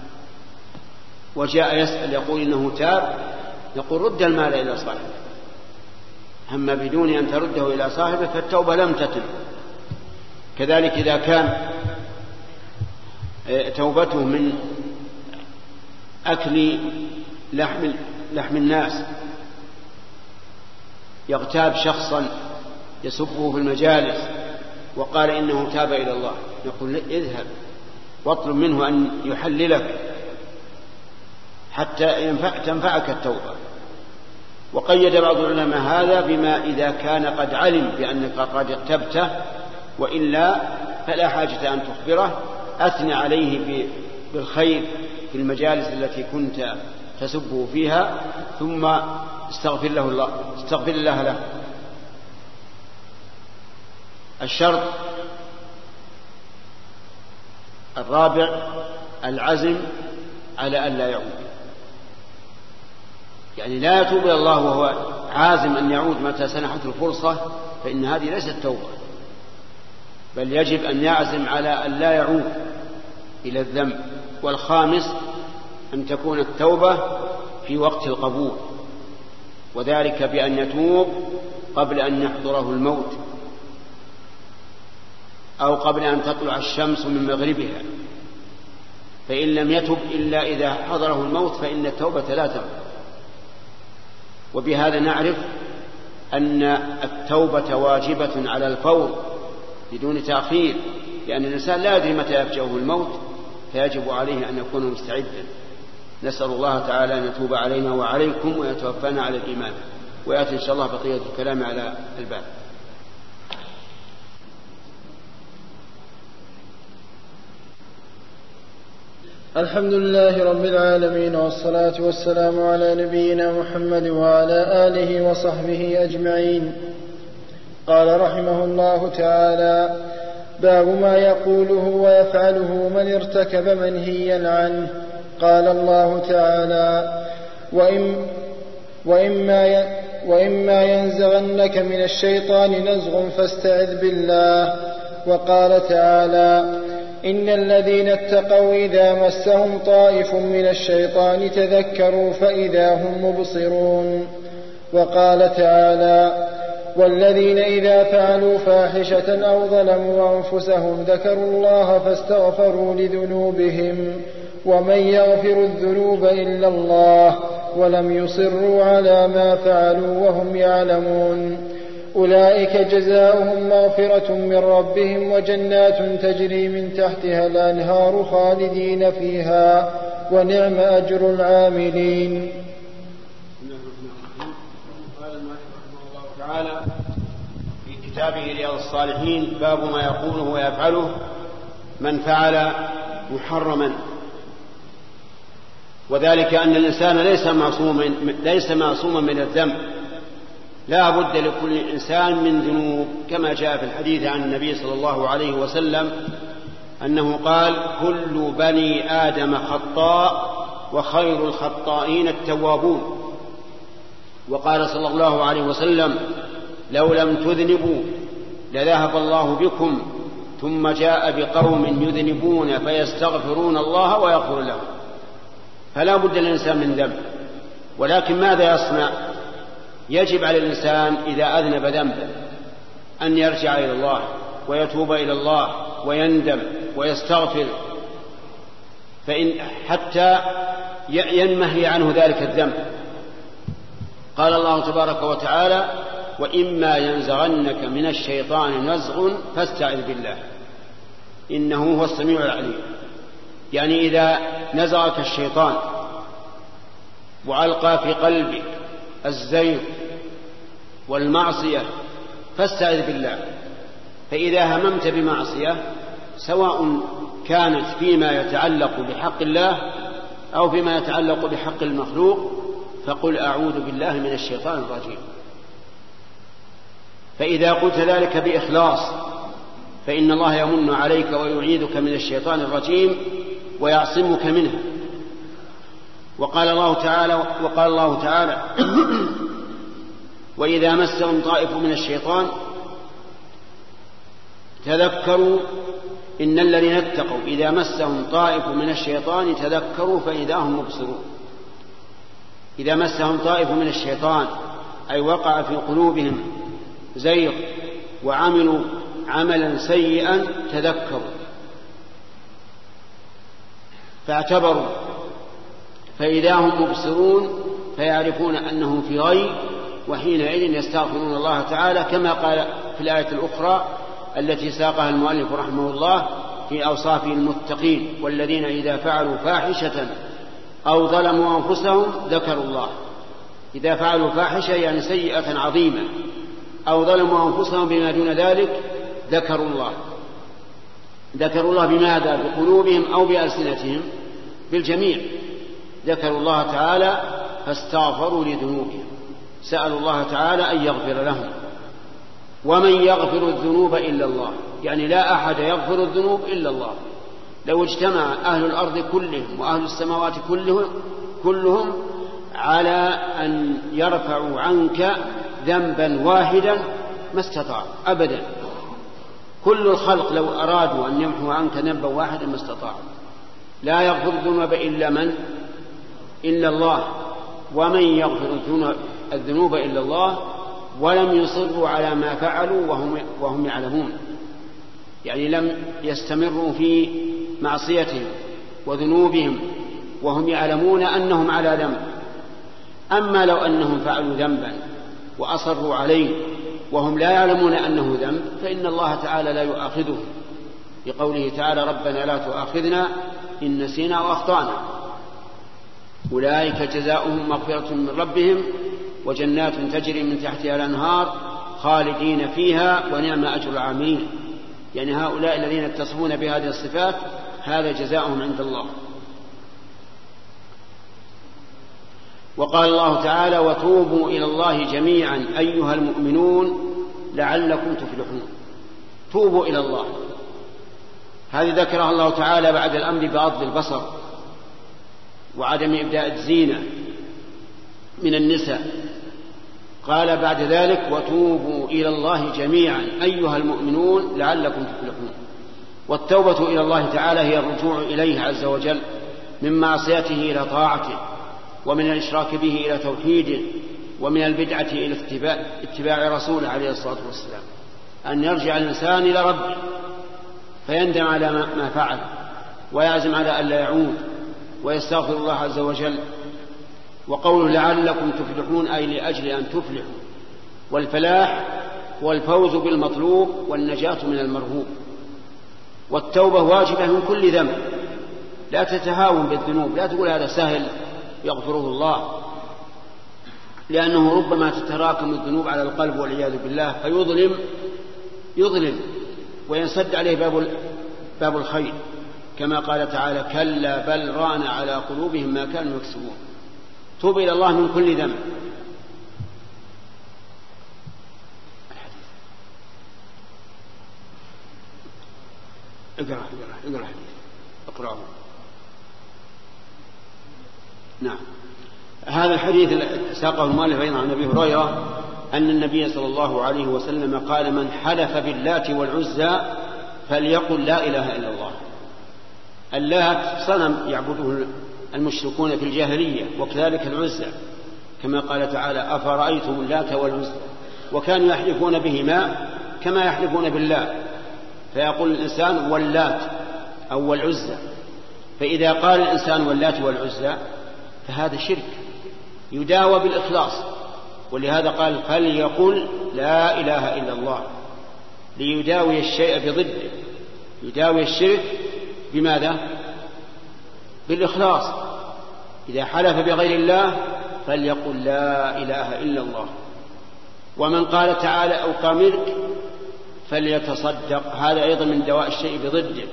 وجاء يسأل يقول إنه تاب، يقول رد المال إلى صاحبه، أما بدون أن ترده إلى صاحبه فالتوبة لم تتم. كذلك إذا كان توبته من أكل لحم, لحم الناس، يغتاب شخصا يسبه في المجالس وقال إنه تاب إلى الله، يقول اذهب واطلب منه أن يحللك حتى ينفع تنفعك التوبة. وقيد بعض العلماء هذا بما إذا كان قد علم بأنك قد اغتبته، وإلا فلا حاجة أن تخبره، أثنى عليه بالخير في المجالس التي كنت تسبه فيها، ثم استغفر له الله استغفر الله له. الشرط الرابع العزم على أن لا يعود، يعني لا يتوب إلى الله وهو عازم أن يعود متى سنحت الفرصة، فإن هذه ليست توبة، بل يجب أن يعزم على أن لا يعود إلى الذنب. والخامس أن تكون التوبة في وقت القبول، وذلك بأن يتوب قبل أن يحضره الموت، أو قبل أن تطلع الشمس من مغربها، فإن لم يتب إلا إذا حضره الموت فإن التوبة لا تنفع. وبهذا نعرف أن التوبة واجبة على الفور بدون تأخير، لأن الإنسان لا يدري متى يفجأه الموت، فيجب عليه أن يكون مستعدا. نسأل الله تعالى أن يتوب علينا وعليكم ويتوفانا على الإيمان. ويأتي إن شاء الله بقية الكلام على الباب. الحمد لله رب العالمين، والصلاة والسلام على نبينا محمد وعلى آله وصحبه أجمعين. قال رحمه الله تعالى: باب ما يقوله ويفعله من ارتكب منهيا عنه. قال الله تعالى: وإن وإما, وإما ينزغنك من الشيطان نزغ فاستعذ بالله. وقال تعالى: إن الذين اتقوا إذا مسهم طائف من الشيطان تذكروا فإذا هم مبصرون. وقال تعالى: والذين إذا فعلوا فاحشة أو ظلموا أنفسهم ذكروا الله فاستغفروا لذنوبهم ومن يغفر الذنوب إلا الله ولم يصروا على ما فعلوا وهم يعلمون. أولئك جزاؤهم مغفرة من ربهم وجنات تجري من تحتها الأنهار خالدين فيها ونعم أجر العاملين. قال المؤلف رحمه الله تعالى في كتابه رياض الصالحين: باب ما يقوله ويفعله من فعل محرما. وذلك أن الإنسان ليس معصوما ليس معصوما من الذنب، لا بد لكل إنسان من ذنوب، كما جاء في الحديث عن النبي صلى الله عليه وسلم أنه قال: كل بني آدم خطاء وخير الخطائين التوابون. وقال صلى الله عليه وسلم: لو لم تذنبوا لذهب الله بكم ثم جاء بقوم يذنبون فيستغفرون الله ويغفر لهم. فلا بد للإنسان من ذنب، ولكن ماذا يصنع؟ يجب على الإنسان إذا أذنب ذنبا أن يرجع إلى الله ويتوب إلى الله ويندم ويستغفر، فإن حتى ينمهي عنه ذلك الذنب. قال الله تبارك وتعالى: وإما ينزغنك من الشيطان نزغ فاستعذ بالله إنه هو السميع العليم. يعني إذا نزغك الشيطان وألقى في قلبك الزيغ والمعصية فاستعذ بالله. فإذا هممت بمعصية سواء كانت فيما يتعلق بحق الله أو فيما يتعلق بحق المخلوق فقل أعوذ بالله من الشيطان الرجيم. فإذا قلت ذلك بإخلاص فإن الله يمن عليك ويعيذك من الشيطان الرجيم ويعصمك منه. وقال الله تعالى وقال الله تعالى وإذا مسهم طائف من الشيطان تذكروا إن الذين اتقوا إذا مسهم طائف من الشيطان تذكروا فإذا هم مبصرون. إذا مسهم طائف من الشيطان أي وقع في قلوبهم زيغ وعملوا عملا سيئا تذكروا فاعتبروا فإذا هم مبصرون فيعرفون أنهم في غي وحينئذ يستغفرون الله تعالى كما قال في الآية الأخرى التي ساقها المؤلف رحمه الله في أوصاف المتقين والذين إذا فعلوا فاحشة أو ظلموا أنفسهم ذكروا الله. إذا فعلوا فاحشة يعني سيئة عظيمة أو ظلموا أنفسهم بما دون ذلك ذكروا الله. ذكروا الله بماذا؟ بقلوبهم أو بألسنتهم؟ بالجميع. ذكروا الله تعالى فاستغفروا لذنوبهم سألوا الله تعالى أن يغفر لهم. ومن يغفر الذنوب إلا الله يعني لا أحد يغفر الذنوب إلا الله. لو اجتمع أهل الأرض كلهم وأهل السماوات كلهم, كلهم على أن يرفعوا عنك ذنبا واحدا ما استطاع أبدا. كل الخلق لو أرادوا أن يمحوا عنك ذنبا واحدا ما استطاعوا. لا يغفر الذنوب إلا من إلا الله. ومن يغفر الذنوب إلا الله ولم يصروا على ما فعلوا وهم, وهم يعلمون يعني لم يستمروا في معصيتهم وذنوبهم وهم يعلمون أنهم على ذنب. أما لو أنهم فعلوا ذنبا وأصروا عليه وهم لا يعلمون أنه ذنب فإن الله تعالى لا يؤاخذهم بقوله تعالى ربنا لا تؤاخذنا إن نسينا وأخطأنا. أولئك جزاؤهم مغفرة من ربهم وجنات تجري من تحتها الأنهار خالدين فيها ونعم أجر العاملين. يعني هؤلاء الذين يتصفون بهذه الصفات هذا جزاؤهم عند الله. وقال الله تعالى وتوبوا إلى الله جميعا أيها المؤمنون لعلكم تفلحون. توبوا إلى الله هذه ذكرها الله تعالى بعد الأمر بغض البصر وعدم إبداء الزينة من النساء. قال بعد ذلك وتوبوا إلى الله جميعا أيها المؤمنون لعلكم تفلحون. والتوبة إلى الله تعالى هي الرجوع إليه عز وجل من معصيته إلى طاعته ومن الإشراك به إلى توحيده ومن البدعة إلى اتباع, اتباع رسوله عليه الصلاة والسلام. أن يرجع الإنسان إلى ربه فيندم على ما فعل ويعزم على أن لا يعود ويستغفر الله عز وجل. وقوله لعلكم تفلحون أي لأجل أن تفلحوا. والفلاح هو الفوز بالمطلوب والنجاة من المرهوب. والتوبة واجبة من كل ذنب. لا تتهاون بالذنوب لا تقول هذا سهل يغفره الله لأنه ربما تتراكم الذنوب على القلب والعياذ بالله فيظلم يظلم وينسد عليه باب, باب الخير كما قال تعالى كلا بل ران على قلوبهم ما كانوا يكسبون. توب إلى الله من كل ذنب. اقرأ اقرأ اقرأ حديث اقرأه. نعم هذا الحديث ساقه المؤلف أيضا عن أبي هريرة أن النبي صلى الله عليه وسلم قال من حلف باللات والعزى فليقل لا إله إلا الله. اللات صنم يعبده المشركون في الجاهلية وكذلك العزى كما قال تعالى أفرأيتم اللات والعزى. وكانوا يحلفون بهما كما يحلفون بالله فيقول الإنسان واللات أو والعزى. فإذا قال الإنسان واللات والعزى فهذا شرك يداوى بالإخلاص. ولهذا قال فليقل لا إله إلا الله ليداوي الشيء بضده. يداوي الشرك بماذا؟ بالإخلاص. إذا حلف بغير الله فليقل لا إله إلا الله. ومن قال تعالى أو قامرك فليتصدق. هذا أيضا من دواء الشيء بضده.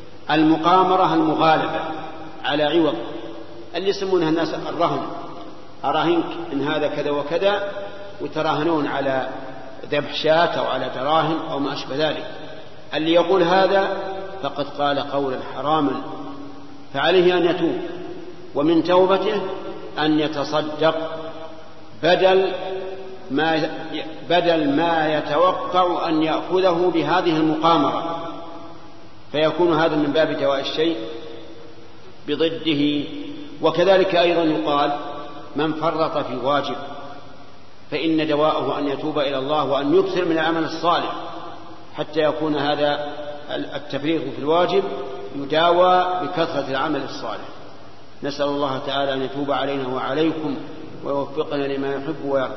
المقامرة المغالبة على عوض اللي يسمونها الناس الرهن أراهنك إن هذا كذا وكذا، وتراهنون على ذبح شاة أو على دراهم أو ما أشبه ذلك. اللي يقول هذا فقد قال قولا حراما، فعليه أن يتوب، ومن توبته أن يتصدق بدل ما بدل ما يتوقع أن يأخذه بهذه المقامرة، فيكون هذا من باب دواء الشيء بضده. وكذلك أيضا يقال من فرط في واجب فإن دواءه أن يتوب إلى الله وأن يكثر من العمل الصالح حتى يكون هذا التفريط في الواجب يداوى بكثرة العمل الصالح. نسأل الله تعالى أن يتوب علينا وعليكم ويوفقنا لما يحب ويرضى.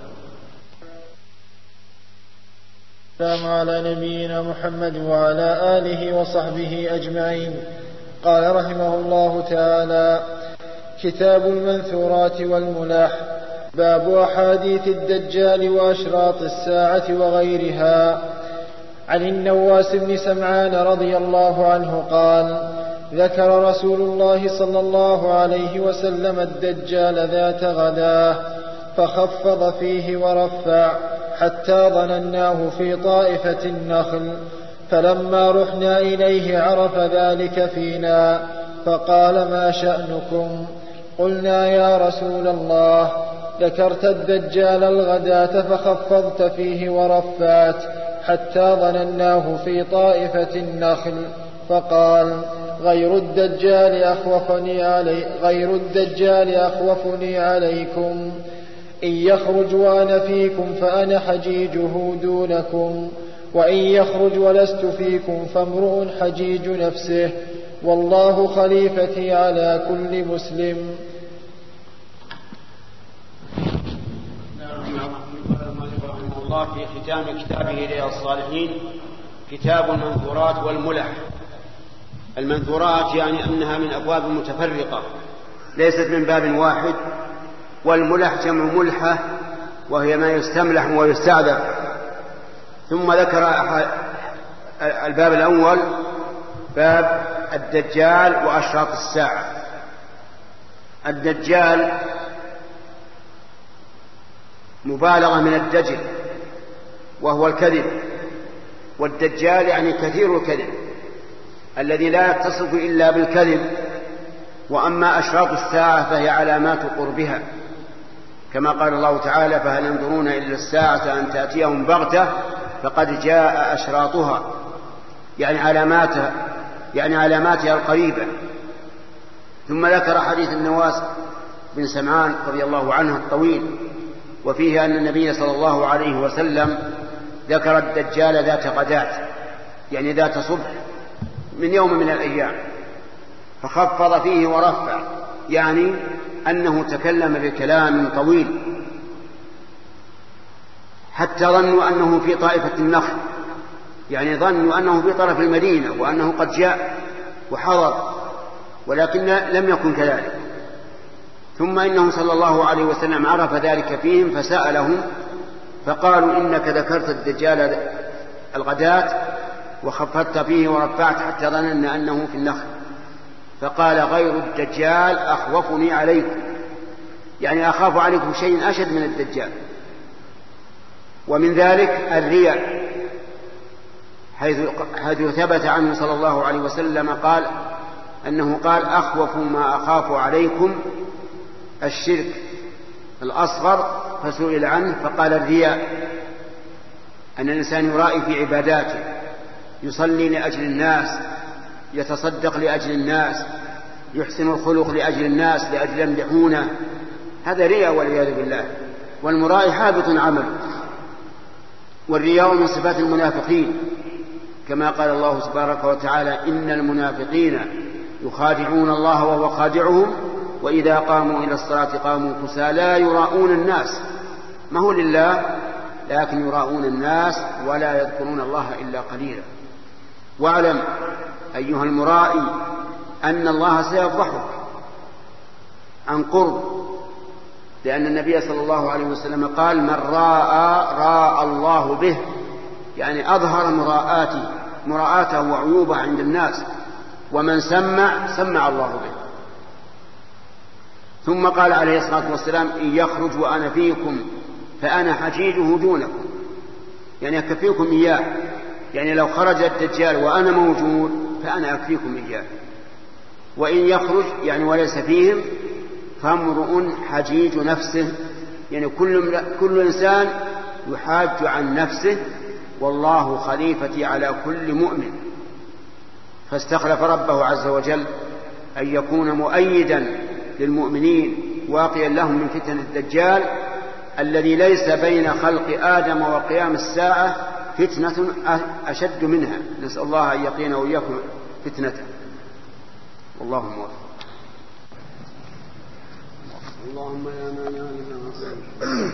السلام على نبينا محمد وعلى آله وصحبه أجمعين. قال رحمه الله تعالى: كتاب المنثورات والملاح. باب أحاديث الدجال وأشراط الساعة وغيرها. عن النواس بن سمعان رضي الله عنه قال: ذكر رسول الله صلى الله عليه وسلم الدجال ذات غداه فخفض فيه ورفع حتى ظنناه في طائفة النخل، فلما رحنا إليه عرف ذلك فينا فقال: ما شأنكم؟ قلنا: يا رسول الله، ذكرت الدجال الغداة فخفضت فيه ورفعت حتى ظنناه في طائفة النخل. فقال: غير الدجال أخوفني علي غير الدجال أخوفني عليكم، إن يخرج وأنا فيكم فأنا حجيجه دونكم، وإن يخرج ولست فيكم فامرؤ حجيج نفسه، والله خليفتي على كل مسلم. الله في ختام كتابه رياض الصالحين كتاب المنثورات والملح. المنثورات يعني أنها من أبواب متفرقة ليست من باب واحد، والملح جمع ملحة وهي ما يستملح ويستعذب. ثم ذكر الباب الأول باب الدجال وأشراط الساعة. الدجال مبالغة من الدجل وهو الكذب، والدجال يعني كثير الكذب الذي لا يتصف إلا بالكذب. وأما أشراط الساعة فهي علامات قربها، كما قال الله تعالى: فهل ينظرون إلا الساعة أن تأتيهم بغتة فقد جاء أشراطها، يعني علاماتها يعني علاماتها القريبة. ثم ذكر حديث النواس بن سمعان رضي الله عنه الطويل، وفيه أن النبي صلى الله عليه وسلم ذكر الدجال ذات غداة، يعني ذات صبح من يوم من الأيام، فخفض فيه ورفع، يعني أنه تكلم بكلام طويل حتى ظنوا أنه في طائفة النخل، يعني ظنوا أنه في طرف المدينة وأنه قد جاء وحضر، ولكن لم يكن كذلك. ثم إنه صلى الله عليه وسلم عرف ذلك فيهم فسألهم فقالوا: إنك ذكرت الدجال الغداة وخفضت فيه ورفعت حتى ظننا أنه في النخل. فقال: غير الدجال أخوفني عليكم، يعني أخاف عليكم شيء أشد من الدجال. ومن ذلك الرياء، حيث, حيث ثبت عنه صلى الله عليه وسلم قال أنه قال: أخوف ما أخاف عليكم الشرك الأصغر، فسئل عنه فقال: الرياء، أن الإنسان يرائي في عباداته، يصلي لأجل الناس، يتصدق لأجل الناس، يحسن الخلق لأجل الناس لأجل يمدحونه، هذا رياء والعياذ بالله، والمرائي حابط عمله. والرياء من صفات المنافقين، كما قال الله تبارك وتعالى: إن المنافقين يخادعون الله وهو خادعهم وإذا قاموا إلى الصلاة قاموا كسالى لا يراءون الناس، ما هو لله لكن يراءون الناس ولا يذكرون الله إلا قليلا. واعلم أيها المرائي أن الله سيفضحك عن قرب، لأن النبي صلى الله عليه وسلم قال: من راء راء الله به، يعني أظهر مراءاته مراءاته وعيوبه عند الناس، ومن سمع سمع الله به. ثم قال عليه الصلاة والسلام إن يخرج وأنا فيكم فأنا حجيجه دونكم، يعني أكفيكم إياه، يعني لو خرج الدجال وأنا موجود فأنا أكفيكم إياه. وإن يخرج يعني وليس فيهم فامرؤ حجيج نفسه، يعني كل, كل إنسان يحاج عن نفسه، والله خليفتي على كل مؤمن. فاستخلف ربه عز وجل أن يكون مؤيدا للمؤمنين واقيا لهم من فتنة الدجال الذي ليس بين خلق آدم وقيام الساعة فتنة أشد منها، نسأل الله أن يقينا وإياكم فتنته. والله موفق. اللهم يا من يا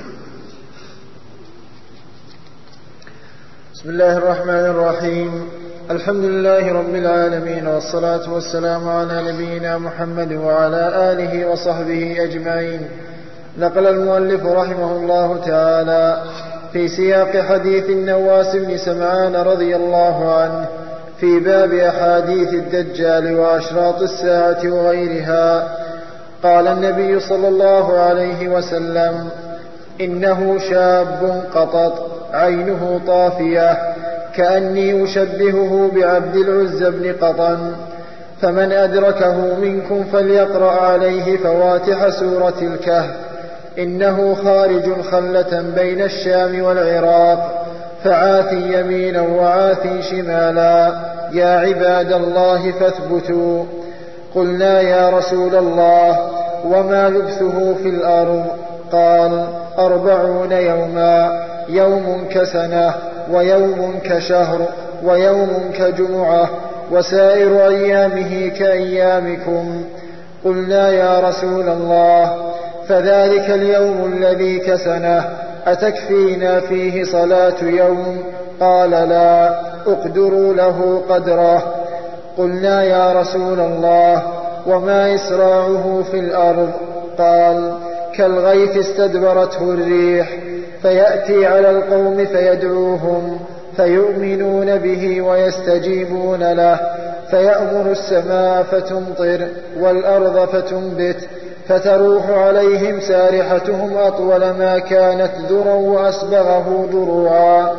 بسم الله الرحمن الرحيم. الحمد لله رب العالمين، والصلاة والسلام على نبينا محمد وعلى آله وصحبه أجمعين. نقل المؤلف رحمه الله تعالى في سياق حديث النواس بن سمعان رضي الله عنه في باب أحاديث الدجال وأشراط الساعة وغيرها، قال النبي صلى الله عليه وسلم: إنه شاب قطط عينه طافية كأني أشبهه بعبد العزى بن قطن، فمن أدركه منكم فليقرأ عليه فواتح سورة الكهف، إنه خارج خلة بين الشام والعراق، فعاث يمينا وعاث شمالا، يا عباد الله فاثبتوا. قلنا يا رسول الله وما لبثه في الأرض؟ قال: أربعون يوما، يوم كسنة ويوم كشهر ويوم كجمعة، وسائر أيامه كأيامكم. قلنا يا رسول الله فذلك اليوم الذي كسنه أتكفينا فيه صلاة يوم؟ قال: لا، اقدروا له قدره. قلنا يا رسول الله وما إسراعه في الأرض؟ قال: كالغيث استدبرته الريح، فيأتي على القوم فيدعوهم فيؤمنون به ويستجيبون له، فيأمر السماء فتمطر والأرض فتنبت، فتروح عليهم سارحتهم أطول ما كانت ذرا وأسبغه ضروعا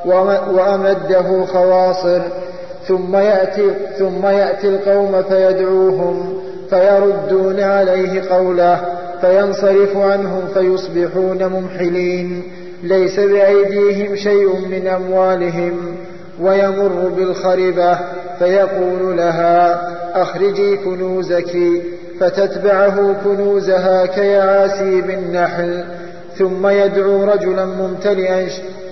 وأمده خواصر، ثم يأتي, ثم يأتي القوم فيدعوهم فيردون عليه قوله، فينصرف عنهم فيصبحون ممحلين، ليس بأيديهم شيء من أموالهم، ويمر بالخربة فيقول لها: أخرجي كنوزك، فتتبعه كنوزها كيعاسيب النحل، ثم يدعو رجلا ممتلئا.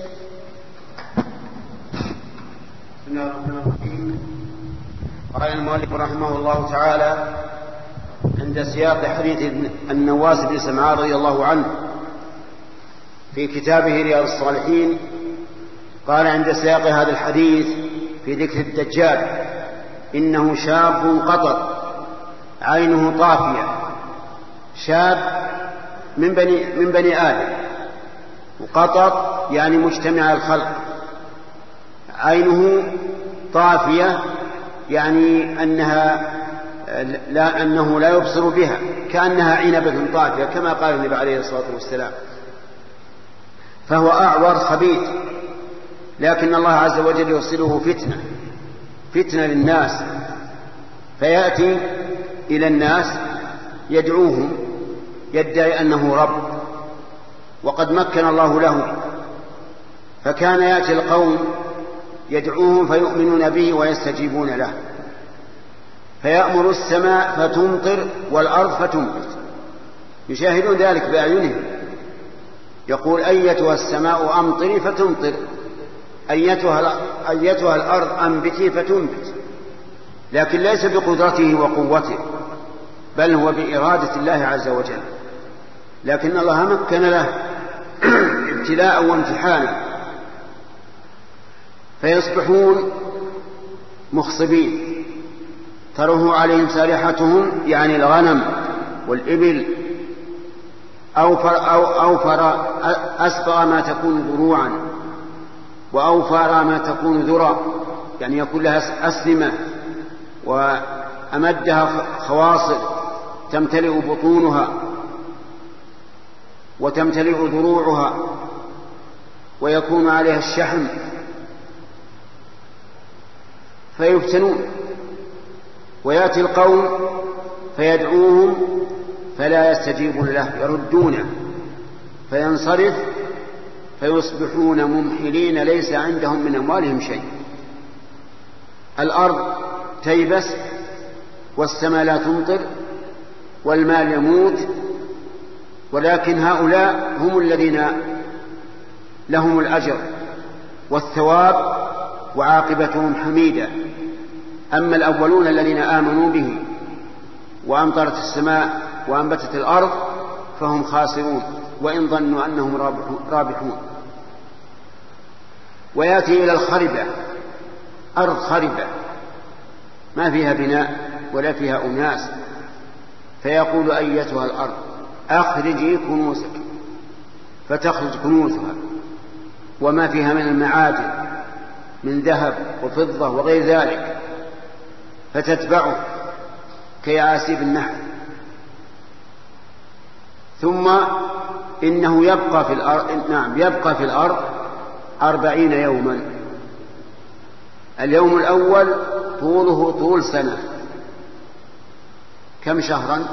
قال المؤلف رحمه الله تعالى عند سياق حديث النواس بن سمعان رضي الله عنه في كتابه رياض الصالحين، قال عند سياق هذا الحديث في ذكر الدجال: إنه شاب قطر عينه طافية. شاب من بني, من بني آدم، وقطر يعني مجتمع الخلق. عينه طافية يعني أنها لا أنه لا يبصر بها، كأنها عنبة طافية كما قال النبي عليه الصلاة والسلام. فهو أعور خبيث، لكن الله عز وجل يرسله فتنة فتنة للناس، فيأتي إلى الناس يدعوهم يدعي أنه رب، وقد مكن الله له، فكان يأتي القوم يدعوهم فيؤمنون به ويستجيبون له، فيأمر السماء فتمطر والأرض فتنبت، يشاهدون ذلك بأعينهم. يقول: أيتها السماء أمطري فتمطر، أيتها, أيتها الأرض أنبتي فتنبت، لكن ليس بقدرته وقوته، بل هو بإرادة الله عز وجل، لكن الله مكن له ابتلاء وامتحانا، فيصبحون مخصبين، تروه عليهم سارحتهم يعني الغنم والإبل، أوفر, أو أوفر أسبغ ما تكون ضروعا، وأوفر ما تكون ذرا، يعني يكون لها أسلمة، وأمدها خواصر تمتلئ بطونها وتمتلئ ضروعها ويكون عليها الشحم فيفتنون، ويأتي القوم فيدعوهم فلا يستجيبون له، يردونه فينصرف فيصبحون ممحلين ليس عندهم من أموالهم شيء. الأرض تيبس والسماء لا تمطر والمال يموت، ولكن هؤلاء هم الذين لهم الأجر والثواب وعاقبتهم حميدة. أما الأولون الذين آمنوا به وأمطرت السماء وأنبتت الأرض فهم خاسرون وإن ظنوا أنهم رابحون. ويأتي إلى الخربة، أرض خربة ما فيها بناء ولا فيها أناس، فيقول أيتها الأرض أخرجي كنوزك، فتخرج كنوزها وما فيها من المعادن من ذهب وفضة وغير ذلك، فتتبعه كيعاسيب النحل. ثم إنه يبقى في الأرض نعم يبقى في الأرض أربعين يوما. اليوم الأول طوله طول سنة، كم شهرا؟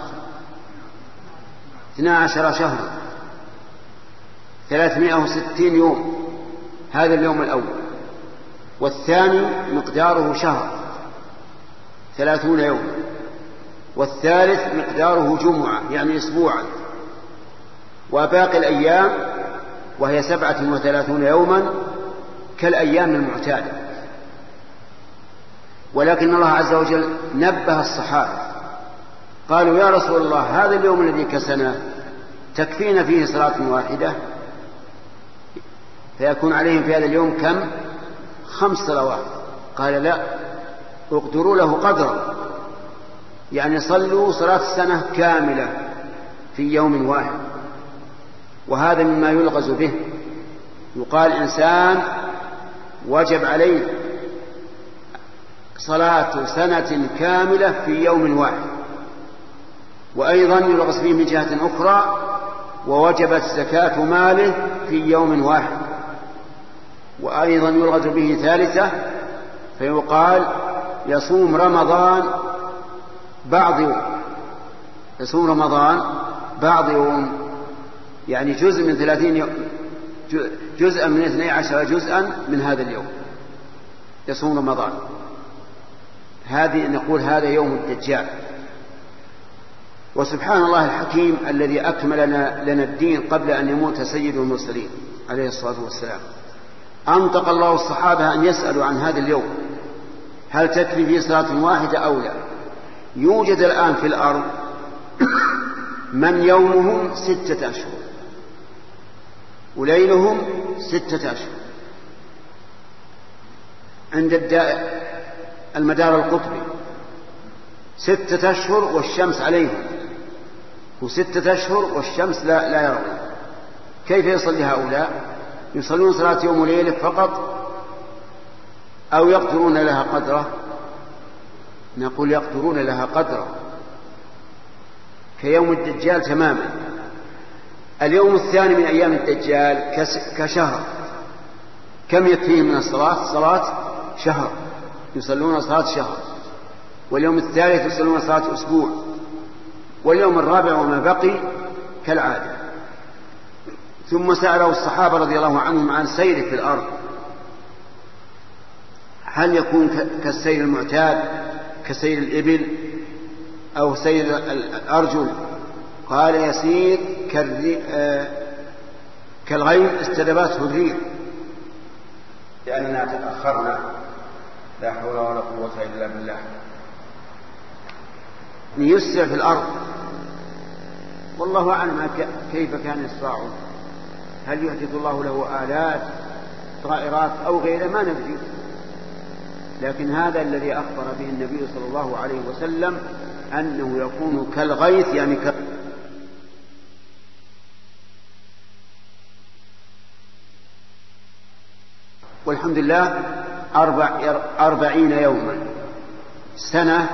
اثنا عشر شهرا، ثلاثمائة وستين يوم، هذا اليوم الأول. والثاني مقداره شهر ثلاثون يوم، والثالث مقداره جمعة يعني أسبوعا، وباقي الأيام وهي سبعة وثلاثون يوما كالأيام المعتادة. ولكن الله عز وجل نبه الصحابة قالوا يا رسول الله هذا اليوم الذي كسنا تكفينا فيه صلاة واحدة؟ فيكون عليهم في هذا اليوم كم؟ خمس صلوات. قال لا، اقدروا له قدرا، يعني صلوا صلاة السنة كاملة في يوم واحد. وهذا مما يلغز به، يقال إنسان وجب عليه صلاة سنة كاملة في يوم واحد. وأيضا يلغز به من جهة أخرى ووجبت زكاة ماله في يوم واحد. وأيضا يلغز به ثالثة فيقال يصوم رمضان بعض يوم، يصوم رمضان بعض يوم، يعني جزء من ثلاثين يوم، جزءا من اثني عشر جزءا من هذا اليوم يصوم رمضان. هذه نقول هذا يوم الدجال. وسبحان الله الحكيم الذي أكمل لنا الدين قبل أن يموت سيد المرسلين عليه الصلاة والسلام. أنطق الله الصحابة أن يسألوا عن هذا اليوم هل تكفي فيه صلاة واحدة أو لا. يوجد الآن في الأرض من يومهم ستة أشهر وليلهم ستة أشهر عند المدار القطبي، ستة أشهر والشمس عليهم، وستة أشهر والشمس لا, لا يرون. كيف يصلي هؤلاء؟ يصلون صلاة يوم وليلة فقط أو يقدرون لها قدره؟ نقول يقدرون لها قدره كيوم الدجال تماما. اليوم الثاني من أيام الدجال كشهر، كم يكفيهم من الصلاة؟ صلاة شهر، يصلون صلاة شهر. واليوم الثالث يصلون صلاة أسبوع، واليوم الرابع وما بقي كالعادة. ثم سأله الصحابة رضي الله عنهم عن سيره في الأرض، هل يكون كالسير المعتاد كسير الإبل أو سير الأرجل؟ قال يسير كالغيم استدبته الريح، لأننا تأخرنا. لا حول ولا قوة إلا بالله. يسرع في الأرض، والله أعلم كيف كان يسرعون، هل يحدث الله له آلات طائرات أو غيره ما ندري، لكن هذا الذي أخبر به النبي صلى الله عليه وسلم أنه يكون كالغيث يعني ك... والحمد لله أربع أربعين يوما، سنة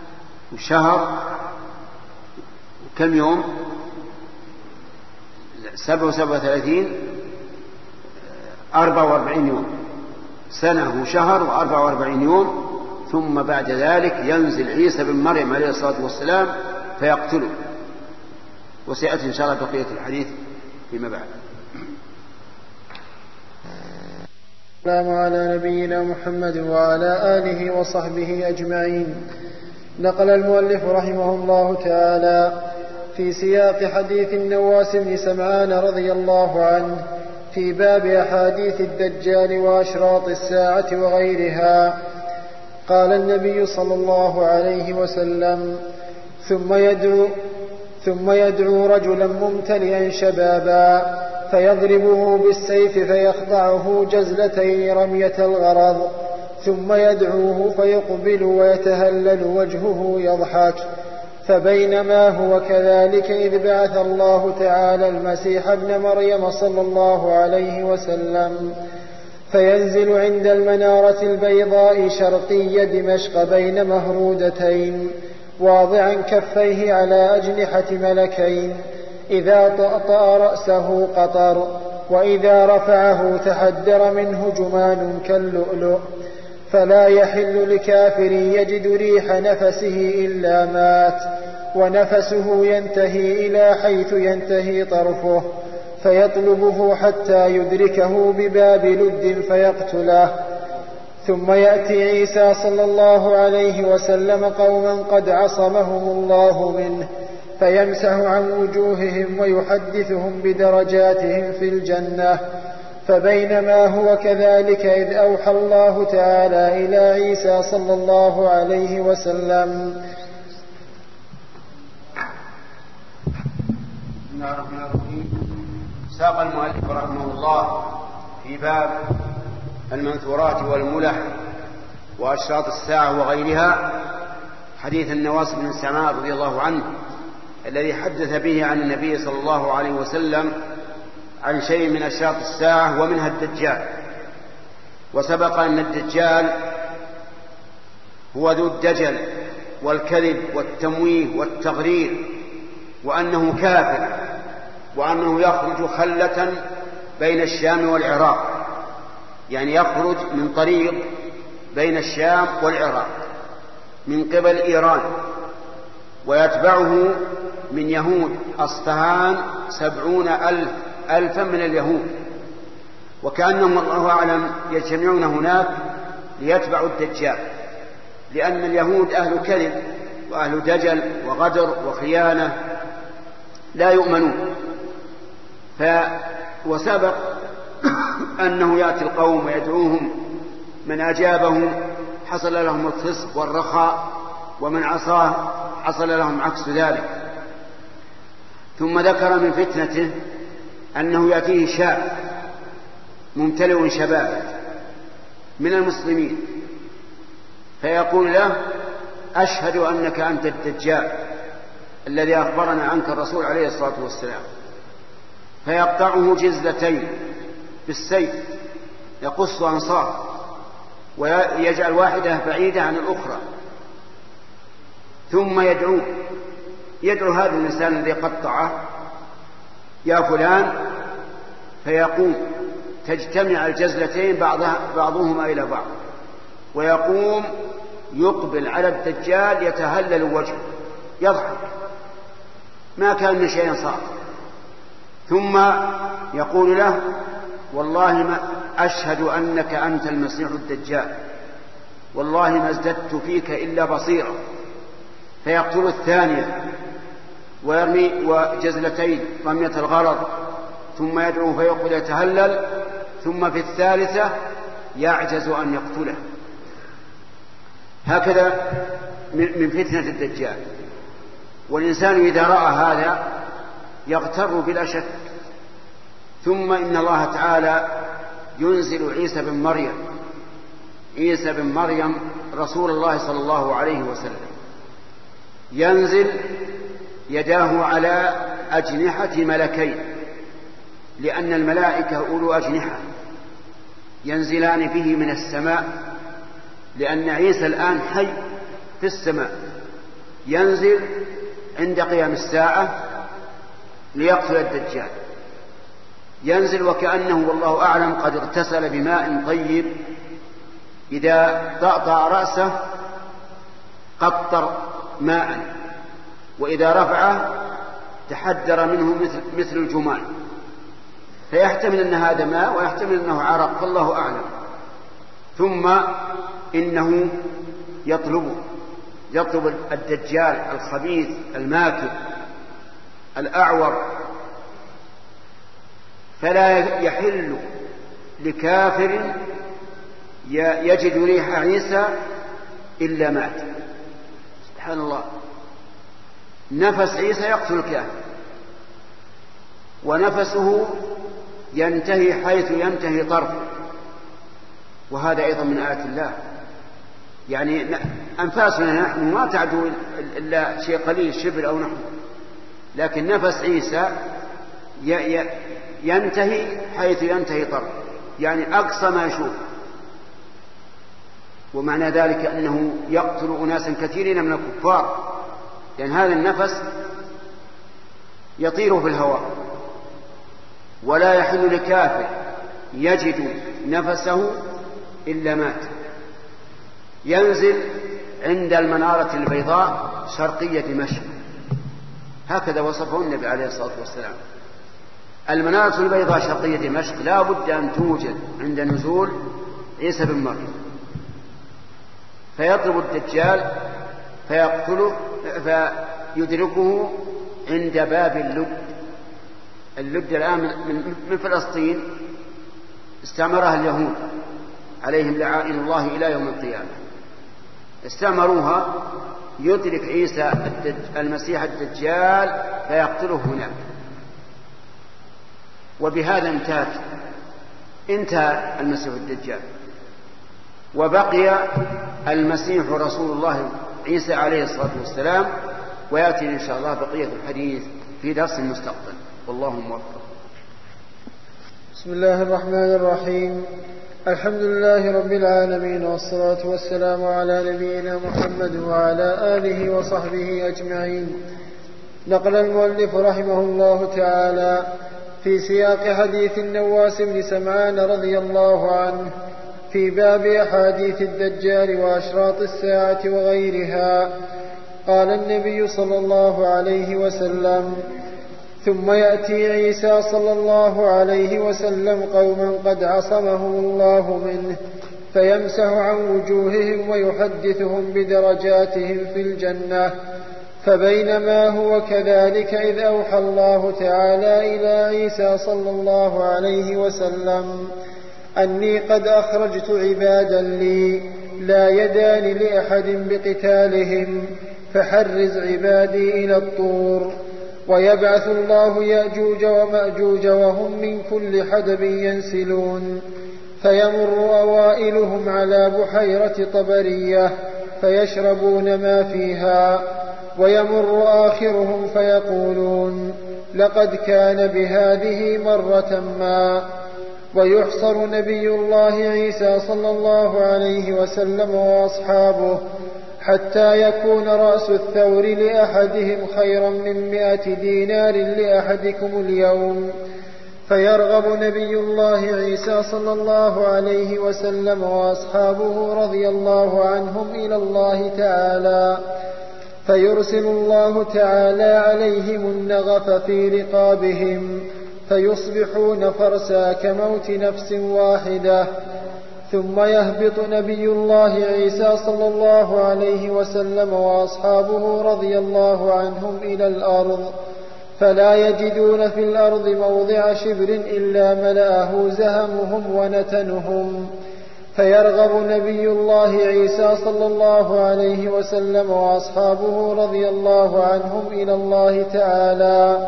وشهر وكم يوم؟ سبع وسبع وثلاثين أربع وأربعين يوم، سنة وشهر وأربع وأربعين يوم. ثم بعد ذلك ينزل عيسى بن مريم عليه الصلاة والسلام فيقتله، وسيأتي إن شاء الله بقية الحديث فيما بعد. السلام على نبينا محمد وعلى آله وصحبه أجمعين. نقل المؤلف رحمه الله تعالى في سياق حديث النواس بن سمعان رضي الله عنه في باب أحاديث الدجال وأشراط الساعة وغيرها، قال النبي صلى الله عليه وسلم: ثم يدعو, ثم يدعو رجلا ممتلئا شبابا فيضربه بالسيف فيخضعه جزلتين رمية الغرض، ثم يدعوه فيقبل ويتهلل وجهه يضحك. فبينما هو كذلك إذ بعث الله تعالى المسيح ابن مريم صلى الله عليه وسلم فينزل عند المنارة البيضاء شرقي دمشق بين مهرودتين واضعا كفيه على أجنحة ملكين، إذا طأطأ رأسه قطر، وإذا رفعه تحدر منه جمان كاللؤلؤ، فلا يحل لكافر يجد ريح نفسه إلا مات، ونفسه ينتهي إلى حيث ينتهي طرفه، فيطلبه حتى يدركه بباب لد فيقتله. ثم يأتي عيسى صلى الله عليه وسلم قوما قد عصمهم الله منه، فيمسح عن وجوههم ويحدثهم بدرجاتهم في الجنة. فبينما هو كذلك إذ أوحى الله تعالى إلى عيسى صلى الله عليه وسلم: بسم الله الرحمن الرحيم. ساق المؤلف رحمه الله في باب المنثورات والملح وأشراط الساعة وغيرها حديث النواس بن سمعان رضي الله عنه الذي حدث به عن النبي صلى الله عليه وسلم عن شيء من أشراط الساعة ومنها الدجال. وسبق أن الدجال هو ذو الدجل والكذب والتمويه والتغرير، وأنه كافر، وأنه يخرج خلة بين الشام والعراق، يعني يخرج من طريق بين الشام والعراق من قبل إيران، ويتبعه من يهود أصفهان سبعون ألف ألفا من اليهود، وكأنهم الله أعلم يجتمعون هناك ليتبعوا الدجال، لأن اليهود أهل كذب وأهل دجل وغدر وخيانة لا يؤمنون. ف وسبق أنه يأتي القوم ويدعوهم، من أجابهم حصل لهم الخصب والرخاء، ومن عصاه حصل لهم عكس ذلك. ثم ذكر من فتنته أنه يأتيه شاب ممتلئ شبابا من المسلمين فيقول له: أشهد أنك أنت الدجال الذي أخبرنا عنك الرسول عليه الصلاة والسلام، فيقطعه جزلتين بالسيف يقص أنصار ويجعل واحدة بعيدة عن الأخرى، ثم يدعو يدعو هذا الإنسان الذي قطعه: يا فلان، فيقوم، تجتمع الجزلتين بعضها بعضهما إلى بعض، ويقوم يقبل على الدجال يتهلل وجهه يضحك، ما كان من شيء صار، ثم يقول له: والله ما أشهد أنك أنت المسيح الدجال، والله ما ازددت فيك إلا بصيرا. فيقتل الثانية ويرمي وجزلتين رمية الغرض، ثم يدعو فيقول يتهلل، ثم في الثالثة يعجز أن يقتله. هكذا من فتنة الدجال. والإنسان إذا رأى هذا يغتر بلا شك. ثم إن الله تعالى ينزل عيسى بن مريم عيسى بن مريم رسول الله صلى الله عليه وسلم، ينزل يداه على أجنحة ملكين، لأن الملائكة أولو أجنحة ينزلان به من السماء، لأن عيسى الآن حي في السماء، ينزل عند قيام الساعة ليقتل الدجال. ينزل وكأنه والله أعلم قد اغتسل بماء طيب، إذا طأطأ رأسه قطر ماء، وإذا رفعه تحدر منه مثل, مثل الجمان، فيحتمل أن هذا ماء ويحتمل أنه عرق، فالله أعلم. ثم إنه يطلبه يطلب الدجال الخبيث الماكر الأعور، فلا يحل لكافر يجد ريح عيسى إلا مات. سبحان الله، نفس عيسى يقتل الكافر، ونفسه ينتهي حيث ينتهي طرفه، وهذا أيضا من آيات الله. يعني أنفاسنا نحن ما تعدو إلا شيء قليل، شبر أو نحو، لكن نفس عيسى ينتهي حيث ينتهي طرف، يعني أقصى ما يشوف. ومعنى ذلك أنه يقتل أناسا كثيرين من الكفار، لأن هذا النفس يطير في الهواء، ولا يحل لكافر يجد نفسه إلا مات. ينزل عند المنارة البيضاء شرقية دمشق، هكذا وصفه النبي عليه الصلاة والسلام. المنارة البيضاء شرقية دمشق لا بد أن توجد عند نزول عيسى بن مريم، فيطلب الدجال فيقتله فيدركه عند باب اللد. اللد الآن من فلسطين استعمرها اليهود عليهم لعائن الله إلى يوم القيامة، استعمروها. يدرك عيسى المسيح الدجال فيقتله هناك، وبهذا انتهت انتهى المسيح الدجال، وبقي المسيح رسول الله عيسى عليه الصلاة والسلام، ويأتي إن شاء الله بقية الحديث في درس المستقبل، والله موفق. بسم الله الرحمن الرحيم. الحمد لله رب العالمين، والصلاة والسلام على نبينا محمد وعلى آله وصحبه أجمعين. نقل المؤلف رحمه الله تعالى في سياق حديث النواس بن سمعان رضي الله عنه في باب أحاديث الدجال وأشراط الساعة وغيرها، قال النبي صلى الله عليه وسلم: ثم يأتي عيسى صلى الله عليه وسلم قوما قد عصمه الله منه، فيمسح عن وجوههم ويحدثهم بدرجاتهم في الجنة. فبينما هو كذلك إذ أوحى الله تعالى إلى عيسى صلى الله عليه وسلم: أني قد أخرجت عبادا لي لا يدان لأحد بقتالهم، فحرز عبادي إلى الطور. ويبعث الله يأجوج ومأجوج وهم من كل حدب ينسلون، فيمر أوائلهم على بحيرة طبرية فيشربون ما فيها، ويمر آخرهم فيقولون: لقد كان بهذه مرة ما. ويحصر نبي الله عيسى صلى الله عليه وسلم وأصحابه حتى يكون رأس الثور لأحدهم خيرا من مئة دينار لأحدكم اليوم. فيرغب نبي الله عيسى صلى الله عليه وسلم وأصحابه رضي الله عنهم إلى الله تعالى، فيرسل الله تعالى عليهم النغف في رقابهم، فيصبحون فرسا كموت نفس واحدة. ثم يهبط نبي الله عيسى صلى الله عليه وسلم وأصحابه رضي الله عنهم إلى الأرض، فلا يجدون في الأرض موضع شبر إلا ملأه زهمهم ونتنهم. فيرغب نبي الله عيسى صلى الله عليه وسلم وأصحابه رضي الله عنهم إلى الله تعالى،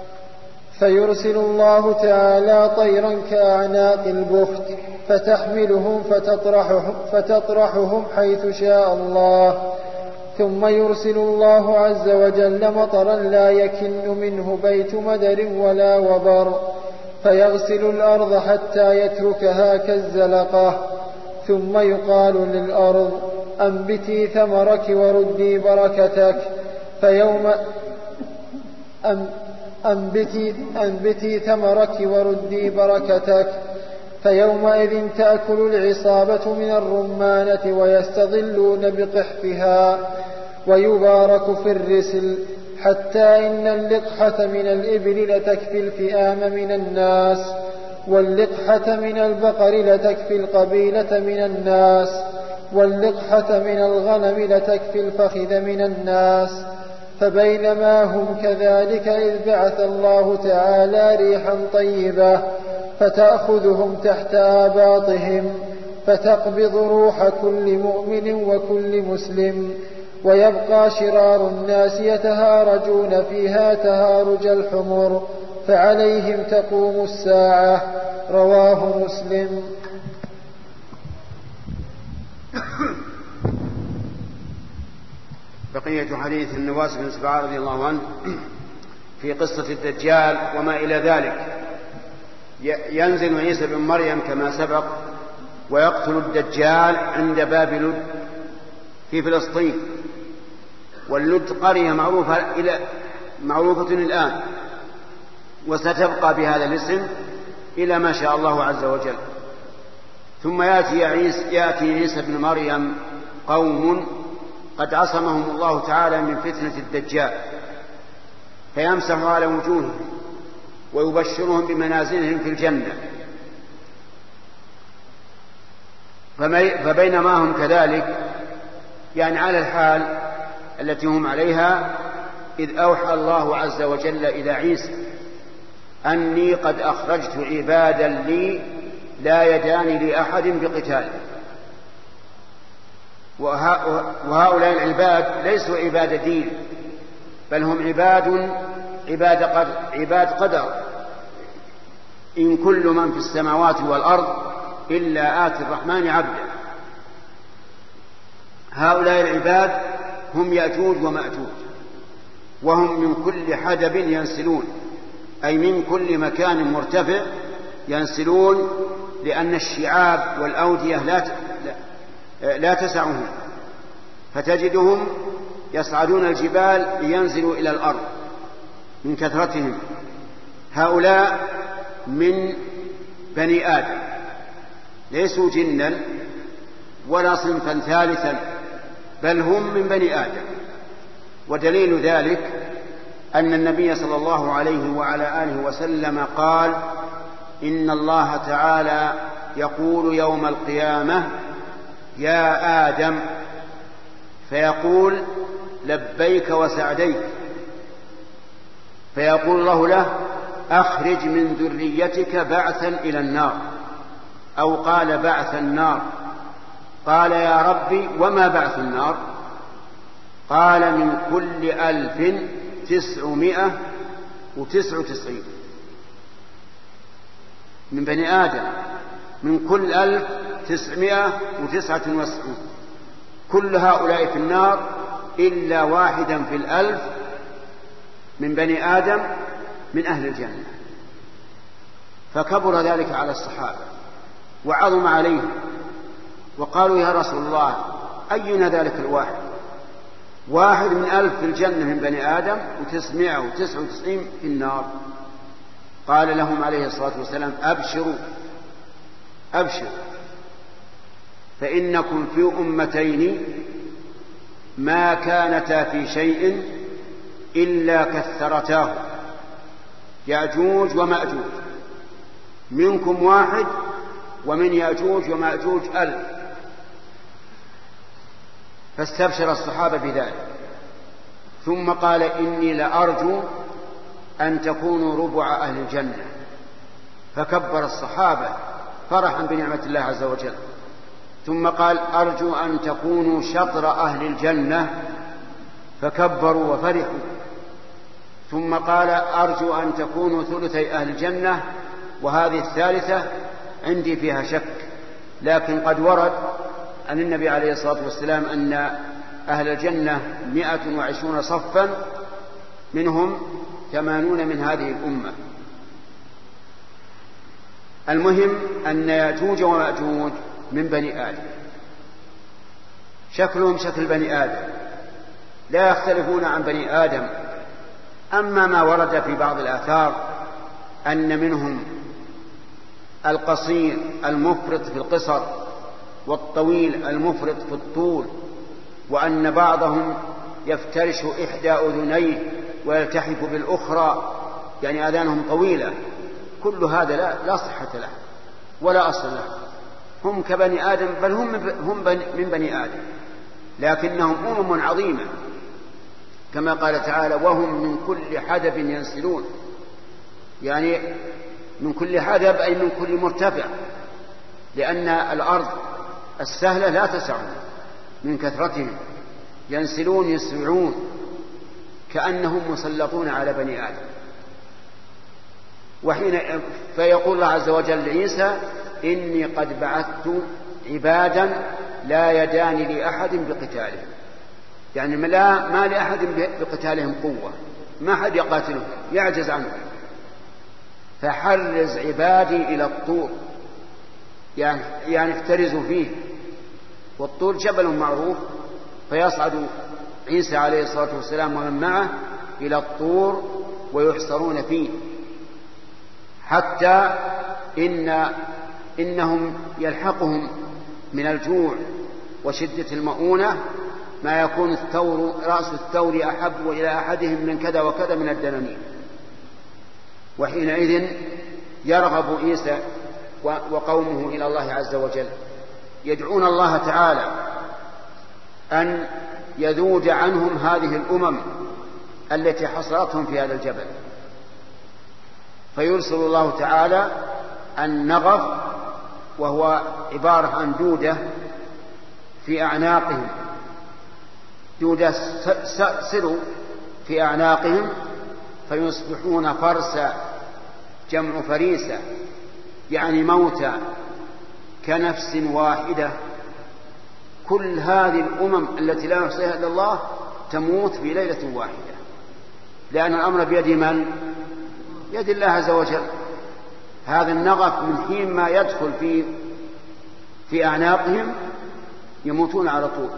فيرسل الله تعالى طيرا كأعناق البخت فتحملهم فتطرحهم, فتطرحهم حيث شاء الله. ثم يرسل الله عز وجل مطرا لا يكن منه بيت مدر ولا وبر، فيغسل الأرض حتى يتركها كالزلقة. ثم يقال للأرض: أنبتي ثمرك وردي بركتك. فيوم أم أنبتي, أنبتي ثمرك وردي بركتك، فيومئذ تأكل العصابة من الرمانة ويستظلون بقحفها، ويبارك في الرسل، حتى إن اللقحة من الإبل لتكفي الفئام من الناس، واللقحة من البقر لتكفي القبيلة من الناس، واللقحة من الغنم لتكفي الفخذ من الناس. فبينما هم كذلك إذ بعث الله تعالى ريحا طيبة فتأخذهم تحت آباطهم، فتقبض روح كل مؤمن وكل مسلم، ويبقى شرار الناس يتهارجون فيها تهارج الحمر، فعليهم تقوم الساعة. رواه مسلم. بقية حديث النواس بن سبعان رضي الله عنه في قصة الدجال وما إلى ذلك. ينزل عيسى بن مريم كما سبق ويقتل الدجال عند باب لد في فلسطين، واللد قرية معروفة, إلى معروفة الآن، وستبقى بهذا الاسم إلى ما شاء الله عز وجل. ثم يأتي عيسى, يأتي عيسى بن مريم قوم قد عصمهم الله تعالى من فتنة الدجال، فيمسح على وجوههم ويبشرهم بمنازلهم في الجنة. فبينما هم كذلك يعني على الحال التي هم عليها، إذ أوحى الله عز وجل إلى عيسى أني قد أخرجت عبادا لي لا يدان لأحد بقتال. وهؤلاء العباد ليسوا عباد دين، بل هم عباد عباد قدر, عباد قدر. إن كل من في السماوات والأرض إلا آتي الرحمن عبدا. هؤلاء العباد هم يأجوج ومأجوج، وهم من كل حدب ينسلون، أي من كل مكان مرتفع ينسلون، لأن الشعاب والأودية لا لا تسعهم، فتجدهم يصعدون الجبال لينزلوا إلى الأرض من كثرتهم. هؤلاء من بني آدم، ليسوا جنا ولا صنفا ثالثا، بل هم من بني آدم. ودليل ذلك أن النبي صلى الله عليه وعلى آله وسلم قال: إن الله تعالى يقول يوم القيامة: يا آدم، فيقول: لبيك وسعديك، فيقول الله له: أخرج من ذريتك بعثا إلى النار، أو قال: بعث النار. قال: يا ربي، وما بعث النار؟ قال: من كل ألف تسعمائة وتسعة وتسعين من بني آدم، من كل ألف تسعمائة وتسعة وتسعين، كل هؤلاء في النار إلا واحدا في الألف من بني آدم من أهل الجنة. فكبر ذلك على الصحابة وعظم عليهم، وقالوا: يا رسول الله، أينا ذلك الواحد؟ واحد من ألف في الجنة من بني آدم وتسعمائة وتسعة وتسعين في النار. قال لهم عليه الصلاة والسلام: أبشروا أبشروا، فإنكم في أمتين ما كانتا في شيء إلا كثرتاه، يأجوج ومأجوج، منكم واحد ومن يأجوج ومأجوج ألف. فاستبشر الصحابة بذلك، ثم قال: إني لأرجو أن تكونوا ربع أهل الجنة. فكبر الصحابة فرحا بنعمة الله عز وجل، ثم قال: أرجو أن تكونوا شطر أهل الجنة. فكبروا وفرحوا، ثم قال: أرجو أن تكونوا ثلثي أهل الجنة، وهذه الثالثة عندي فيها شك، لكن قد ورد عن النبي عليه الصلاة والسلام أن أهل الجنة مئة وعشرون صفا، منهم ثمانون من هذه الأمة. المهم أن يأجوج ومأجوج من بني آدم، شكلهم شكل بني آدم، لا يختلفون عن بني آدم أما ما ورد في بعض الآثار أن منهم القصير المفرط في القصر والطويل المفرط في الطول، وأن بعضهم يفترش إحدى أذنيه ويلتحف بالأخرى، يعني آذانهم طويلة، كل هذا لا, لا صحة له ولا أصل له. هم كبني آدم، بل هم, هم من بني آدم، لكنهم أمم عظيمة، كما قال تعالى: وهم من كل حدب ينسلون، يعني من كل حدب أي من كل مرتفع، لأن الأرض السهلة لا تسعهم من كثرتهم، ينسلون يسرعون كأنهم مسلطون على بني آدم. وحين فيقول الله عز وجل لعيسى: إني قد بعثت عبادا لا يدان لأحد بقتالهم، يعني لا ما لأحد بقتالهم قوة، ما أحد يقاتلهم يعجز عنه، فحرز عبادي إلى الطور، يعني, يعني افترزوا فيه، والطور جبل معروف، فيصعد عيسى عليه الصلاة والسلام ومن معه إلى الطور ويحصرون فيه، حتى إن إنهم يلحقهم من الجوع وشدة المؤونة ما يكون الثور رأس الثور أحب إلى أحدهم من كذا وكذا من الدنانير. وحينئذ يرغب عيسى وقومه إلى الله عز وجل، يدعون الله تعالى أن يذود عنهم هذه الأمم التي حصرتهم في هذا الجبل، فيرسل الله تعالى النغف، وهو عبارة عن دودة في أعناقهم، دودة سلو في أعناقهم، فيصبحون فرسا، جمع فريسة، يعني موتى كنفس واحدة. كل هذه الأمم التي لا يحصيها إلا الله تموت في ليلة واحدة، لأن الأمر بيد من؟ يد الله عز وجل. هذا النغف من حين ما يدخل في في أعناقهم يموتون على طول.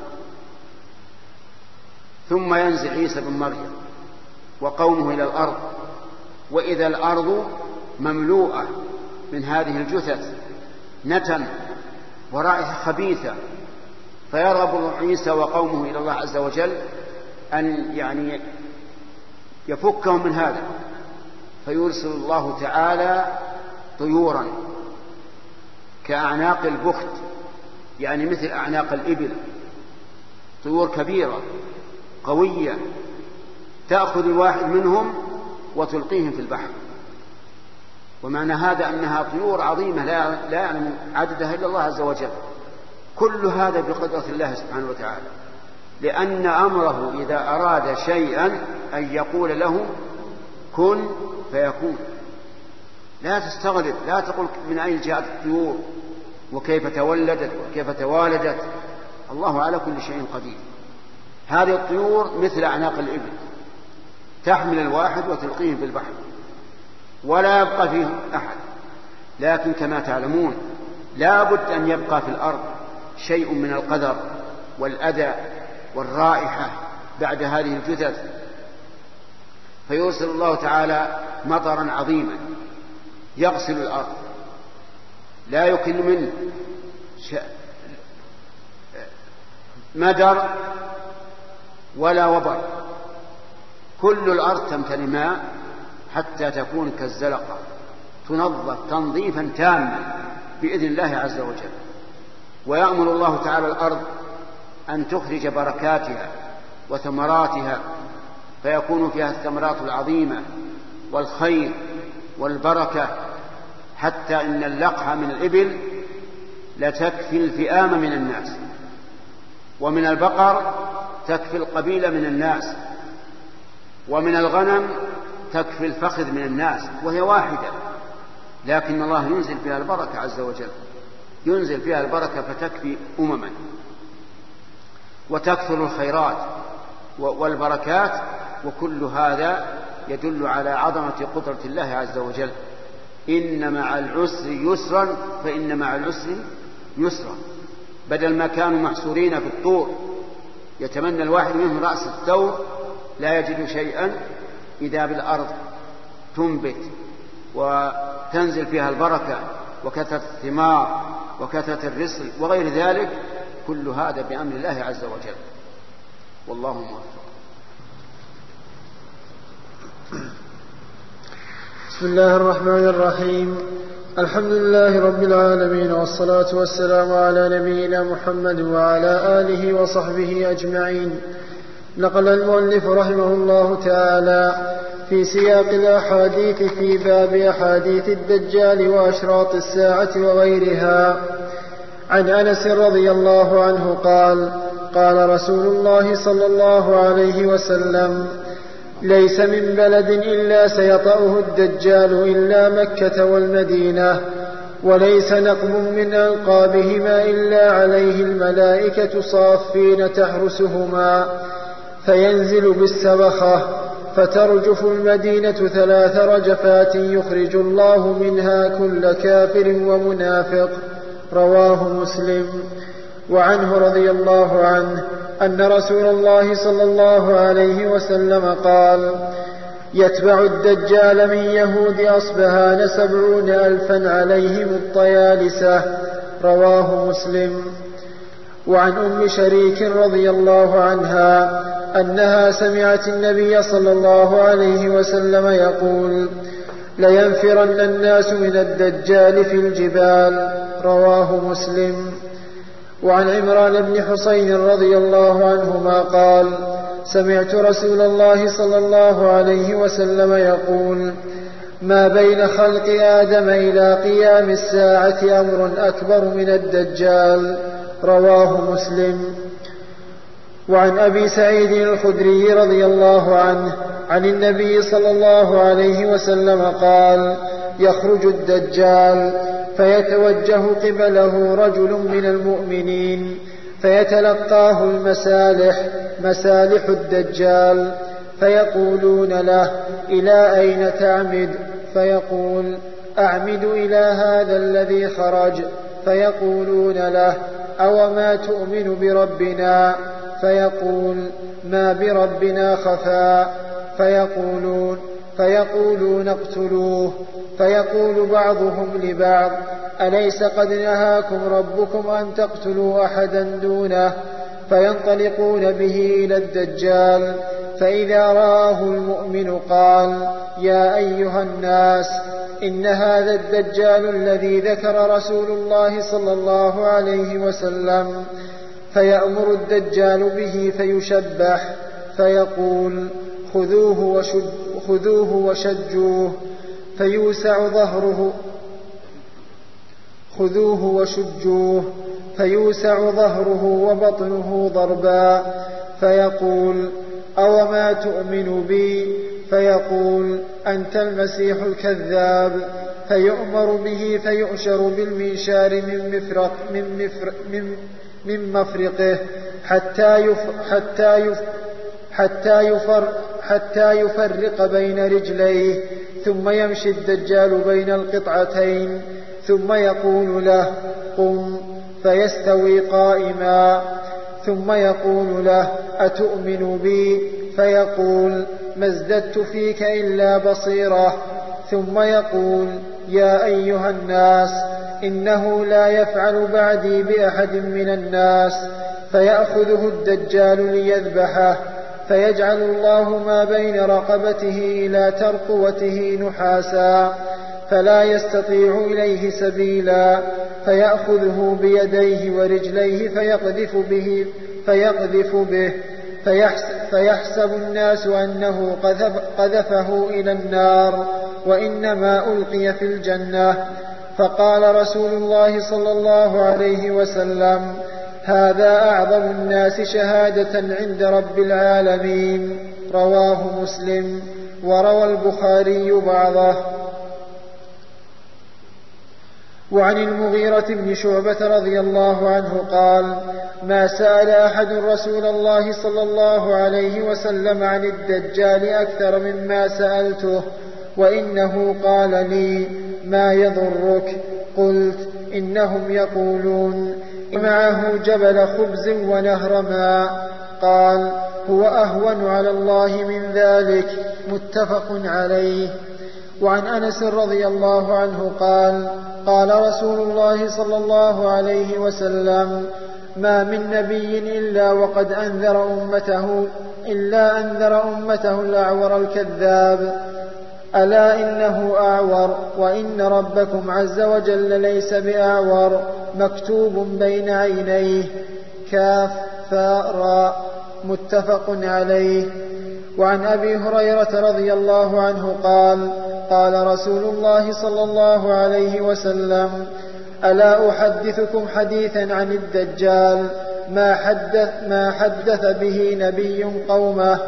ثم ينزل عيسى بن مريم وقومه إلى الأرض، وإذا الأرض مملوءة من هذه الجثث نتن ورائحة خبيثة، فيرغب عيسى وقومه إلى الله عز وجل أن يعني يفكهم من هذا، فيرسل الله تعالى طيورا كأعناق البخت، يعني مثل أعناق الإبل، طيور كبيرة قوية، تأخذ الواحد منهم وتلقيهم في البحر. ومعنى هذا أنها طيور عظيمة لا يعلم عددها إلا الله عز وجل. كل هذا بقدرة الله سبحانه وتعالى، لأن أمره إذا أراد شيئا أن يقول له كن فيكون. لا تستغرب، لا تقول من أين جاءت الطيور وكيف تولدت وكيف توالدت، الله على كل شيء قدير. هذه الطيور مثل أعناق الإبل، تحمل الواحد وتلقيه في البحر ولا يبقى فيه أحد. لكن كما تعلمون لا بد أن يبقى في الأرض شيء من القدر والأذى والرائحة بعد هذه الجثث، فيرسل الله تعالى مطرا عظيما يغسل الأرض، لا يكل منه مدر ولا وبر، كل الأرض تمتلئ ماء حتى تكون كالزلقة، تنظف تنظيفا تاما بإذن الله عز وجل. ويأمر الله تعالى الأرض أن تخرج بركاتها وثمراتها، فيكون فيها الثمرات العظيمة والخير والبركة، حتى إن اللقحة من الإبل لتكفي الفئام من الناس، ومن البقر تكفي القبيلة من الناس، ومن الغنم تكفي الفخذ من الناس، وهي واحدة، لكن الله ينزل فيها البركة عز وجل، ينزل فيها البركة فتكفي أمما، وتكثر الخيرات والبركات. وكل هذا يدل على عظمة قدرة الله عز وجل. إن مع العسر يسرا فإن مع العسر يسرا. بدل ما كانوا محصورين في الطور يتمنى الواحد منهم رأس الثور لا يجد شيئا، إذا بالأرض تنبت وتنزل فيها البركة وكثرة الثمار وكثرة الرزق وغير ذلك، كل هذا بأمر الله عز وجل، والله موفق. بسم الله الرحمن الرحيم. الحمد لله رب العالمين، والصلاة والسلام على نبينا محمد وعلى آله وصحبه أجمعين. نقل المؤلف رحمه الله تعالى في سياق الأحاديث في باب أحاديث الدجال وأشراط الساعة وغيرها عن أنس رضي الله عنه قال: قال رسول الله صلى الله عليه وسلم: ليس من بلد إلا سيطأه الدجال إلا مكة والمدينة، وليس نقب من أنقابهما إلا عليه الملائكة صافين تحرسهما، فينزل بالسبخة فترجف المدينة ثلاث رجفات يخرج الله منها كل كافر ومنافق. رواه مسلم. وعنه رضي الله عنه أن رسول الله صلى الله عليه وسلم قال: يتبع الدجال من يهود أصبهان سبعون ألفا عليهم الطيالسة. رواه مسلم. وعن أم شريك رضي الله عنها أنها سمعت النبي صلى الله عليه وسلم يقول: لينفرن الناس من الدجال في الجبال. رواه مسلم. وعن عمران بن حسين رضي الله عنهما قال: سمعت رسول الله صلى الله عليه وسلم يقول: ما بين خلق آدم إلى قيام الساعة أمر أكبر من الدجال. رواه مسلم. وعن أبي سعيد الخدري رضي الله عنه عن النبي صلى الله عليه وسلم قال: يخرج الدجال فيتوجه قبله رجل من المؤمنين فيتلقاه المسالح مسالح الدجال، فيقولون له: إلى أين تعمد؟ فيقول: أعمد إلى هذا الذي خرج. فيقولون له: أوما تؤمن بربنا؟ فيقول: ما بربنا خفا. فيقولون فيقولون اقتلوه. فيقول بعضهم لبعض: أليس قد نهاكم ربكم أن تقتلوا أحدا دونه؟ فينطلقون به إلى الدجال، فإذا رآه المؤمن قال: يا أيها الناس، إن هذا الدجال الذي ذكر رسول الله صلى الله عليه وسلم. فيأمر الدجال به فيشبح، فيقول: خذوه, وشد خذوه وشجوه فيوسع ظهره خذوه وشجوه فيوسع ظهره وبطنه ضربا. فيقول: أوما تؤمن بي؟ فيقول: أنت المسيح الكذاب. فيؤمر به فيؤشر بالمنشار من مفرق من مفرق من, من مفرقه حتى يف حتى يف حتى يفر حتى يفرق بين رجليه، ثم يمشي الدجال بين القطعتين، ثم يقول له: قم. فيستوي قائما، ثم يقول له: أتؤمن بي؟ فيقول: ما ازددت فيك إلا بصيرة. ثم يقول: يا أيها الناس، إنه لا يفعل بعدي بأحد من الناس. فيأخذه الدجال ليذبحه، فيجعل الله ما بين رقبته إلى ترقوته نحاسا، فلا يستطيع إليه سبيلا. فيأخذه بيديه ورجليه فيقذف به فيقذف به فيحسب الناس أنه قذف قذفه إلى النار، وإنما ألقي في الجنة. فقال رسول الله صلى الله عليه وسلم: هذا أعظم الناس شهادة عند رب العالمين. رواه مسلم. وروى البخاري بعضه. وعن المغيرة بن شعبة رضي الله عنه قال: ما سأل أحد رسول الله صلى الله عليه وسلم عن الدجال أكثر مما سألته، وإنه قال لي: ما يضرك؟ قلت: إنهم يقولون معه جبل خبز ونهر ماء. قال: هو أهون على الله من ذلك، متفق عليه. وعن أنس رضي الله عنه قال قال رسول الله صلى الله عليه وسلم ما من نبي إلا وقد أنذر أمته إلا أنذر أمته الأعور الكذاب ألا إنه أعور وإن ربكم عز وجل ليس بأعور مكتوب بين عينيه كاف فاء راء متفق عليه. وعن أبي هريرة رضي الله عنه قال قال رسول الله صلى الله عليه وسلم ألا أحدثكم حديثا عن الدجال ما حدث, ما حدث به نبي قومه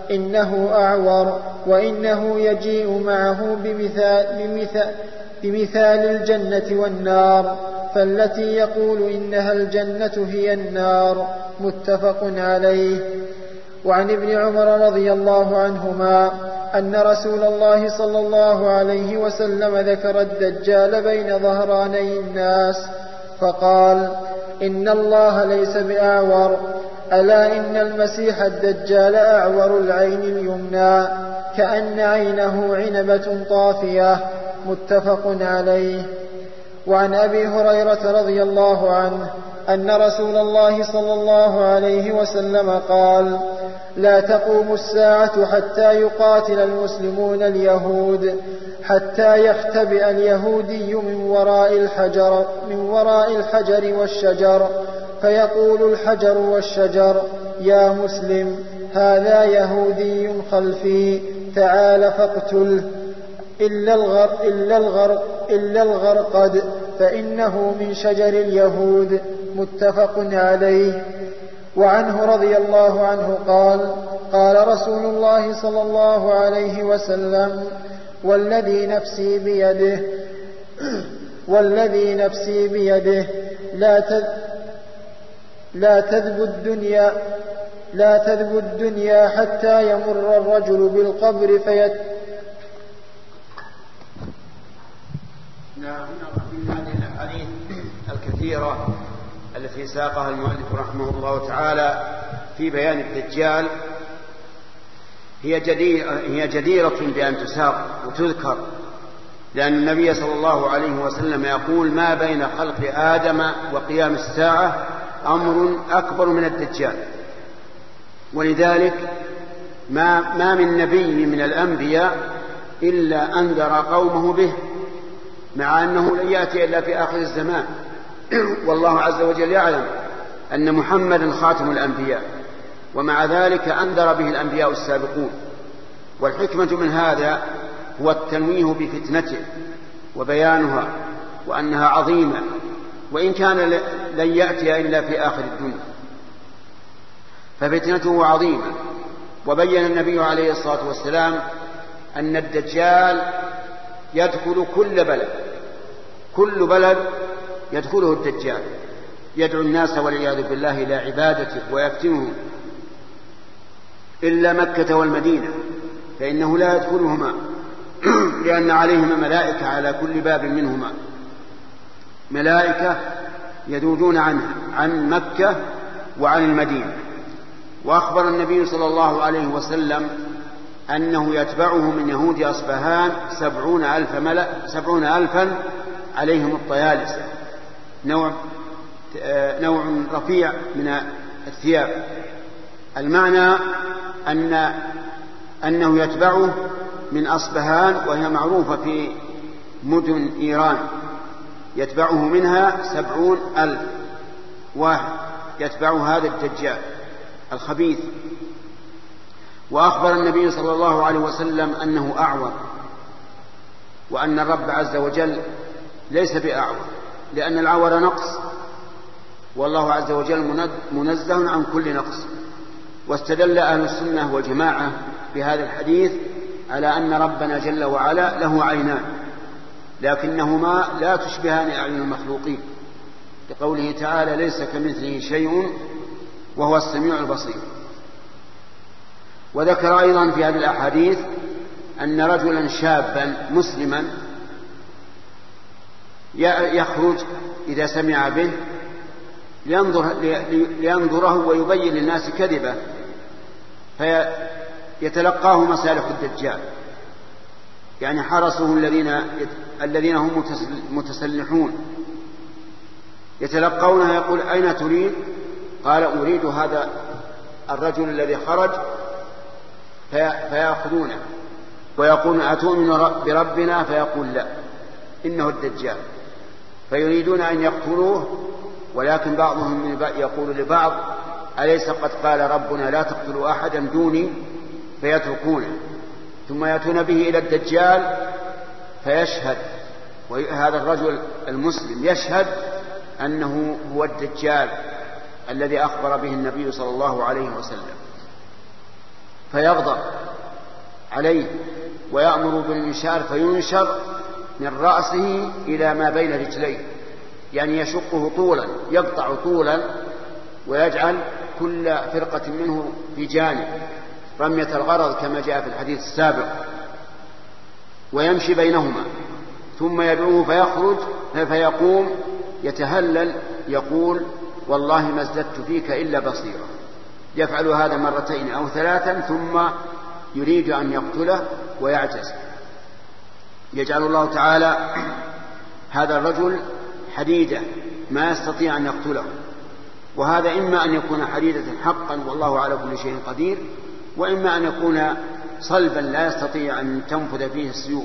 إنه أعور وإنه يجيء معه بمثال, بمثال, بمثال الجنة والنار فالتي يقول إنها الجنة هي النار متفق عليه. وعن ابن عمر رضي الله عنهما أن رسول الله صلى الله عليه وسلم ذكر الدجال بين ظهراني الناس فقال إن الله ليس بأعور ألا إن المسيح الدجال أعور العين اليمنى كأن عينه عنبة طافية متفق عليه. وعن أبي هريرة رضي الله عنه أن رسول الله صلى الله عليه وسلم قال لا تقوم الساعة حتى يقاتل المسلمون اليهود حتى يختبئ اليهودي من وراء الحجر من وراء الحجر والشجر فيقول الحجر والشجر يا مسلم هذا يهودي خلفي تعال فاقتله إلا الغر إلا الغر إلا الغرقد فإنه من شجر اليهود متفق عليه. وعنه رضي الله عنه قال قال رسول الله صلى الله عليه وسلم والذي نفسي بيده والذي نفسي بيده لا تذ لا تذب الدنيا لا تذب الدنيا حتى يمر الرجل بالقبر فيت نعم من هذه الأحاديث الكثيرة التي ساقها المؤلف رحمه الله تعالى في بيان الدجال هي جديرة, هي جديرة بأن تساق وتذكر لأن النبي صلى الله عليه وسلم يقول ما بين خلق آدم وقيام الساعة أمر أكبر من الدجال. ولذلك ما, ما من نبي من الأنبياء إلا أنذر قومه به مع أنه لن يأتي إلا في آخر الزمان والله عز وجل يعلم أن محمدا خاتم الأنبياء ومع ذلك أنذر به الأنبياء السابقون. والحكمة من هذا هو التنويه بفتنته وبيانها وأنها عظيمة وإن كان لن يأتي إلا في آخر الدنيا ففتنته عظيمة. وبين النبي عليه الصلاة والسلام أن الدجال يدخل كل بلد كل بلد يدخله الدجال يدعو الناس والعياذ بالله إلى عبادته ويفتنهم إلا مكة والمدينة فإنه لا يدخلهما لأن عليهما ملائكة على كل باب منهما ملائكة يذودون عنه عن مكة وعن المدينة. وأخبر النبي صلى الله عليه وسلم أنه يتبعه من يهود أصبهان سبعون ألف ملأ سبعون ألفا عليهم الطيالسة نوع نوع رفيع من الثياب. المعنى أن أنه يتبعه من أصبهان وهي معروفة في مدن إيران يتبعه منها سبعون ألف واحد يتبع هذا الدجال الخبيث. وأخبر النبي صلى الله عليه وسلم أنه أعور وأن الرب عز وجل ليس بأعور لأن العور نقص والله عز وجل منزه عن كل نقص. واستدل أهل السنة والجماعة بهذا الحديث على أن ربنا جل وعلا له عينان لكنهما لا تشبهان أعين المخلوقين لقوله تعالى ليس كمثله شيء وهو السميع البصير. وذكر أيضا في هذه الأحاديث أن رجلا شابا مسلما يخرج إذا سمع به لينظر لينظره ويبين للناس كذبه يتلقاه مسالك الدجال، يعني حرسه الذين الذين هم متسلحون يتلقونه، يقول أين تريد؟ قال أريد هذا الرجل الذي خرج، فيأخذونه ويقول أتؤمن بربنا؟ فيقول لا إنه الدجال، فيريدون أن يقتلوه، ولكن بعضهم يقول لبعض أليس قد قال ربنا لا تقتلوا أحدا دوني؟ فيتركونه، ثم يأتون به إلى الدجال فيشهد، وهذا الرجل المسلم يشهد أنه هو الدجال الذي أخبر به النبي صلى الله عليه وسلم، فيغضب عليه ويأمر بالمنشار فينشر من رأسه إلى ما بين رجليه، يعني يشقه طولا، يقطع طولا ويجعل كل فرقة منه في جانب رمية الغرض كما جاء في الحديث السابق، ويمشي بينهما، ثم يدعوه فيخرج فيقوم يتهلل يقول والله ما ازددت فيك إلا بصيرا. يفعل هذا مرتين أو ثلاثا ثم يريد أن يقتله ويعجز. يجعل الله تعالى هذا الرجل حديدة ما يستطيع أن يقتله، وهذا إما أن يكون حديدة حقا والله على كل شيء قدير، وإما أن يكون صلبا لا يستطيع أن تنفذ فيه السيوف.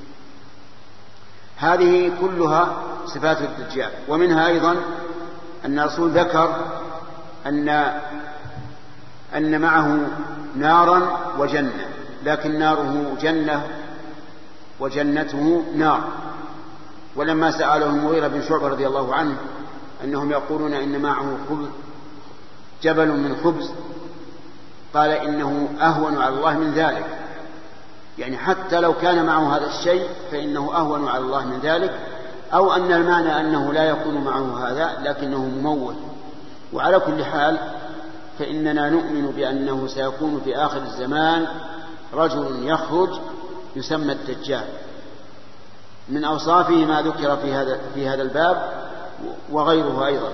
هذه كلها صفات الدجال. ومنها أيضا أن الرسول ذكر أن أن معه نارا وجنة، لكن ناره جنة وجنته نار. ولما سأله المغيرة بن شعبة رضي الله عنه أنهم يقولون إن معه جبل من خبز، قال إنه أهون على الله من ذلك، يعني حتى لو كان معه هذا الشيء فإنه أهون على الله من ذلك، أو أن المعنى أنه لا يكون معه هذا لكنه مموت. وعلى كل حال فإننا نؤمن بأنه سيكون في آخر الزمان رجل يخرج يسمى الدجال، من أوصافه ما ذكر في هذا في هذا الباب وغيره أيضا،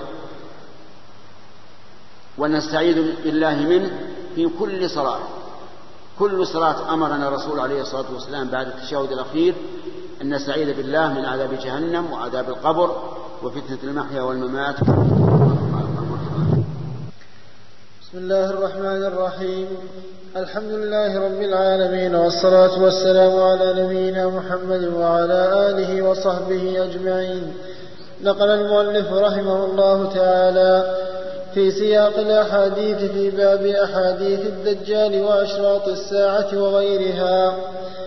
ونستعيذ بالله منه في كل صلاة. كل صلاة أمرنا الرسول عليه الصلاة والسلام بعد التشهد الأخير أن نستعيذ بالله من عذاب جهنم وعذاب القبر وفتنة المحيا والممات. بسم الله الرحمن الرحيم. الحمد لله رب العالمين، والصلاة والسلام على نبينا محمد وعلى آله وصحبه أجمعين. نقل المؤلف رحمه الله تعالى في سياق الأحاديث في باب أحاديث الدجال وأشراط الساعة وغيرها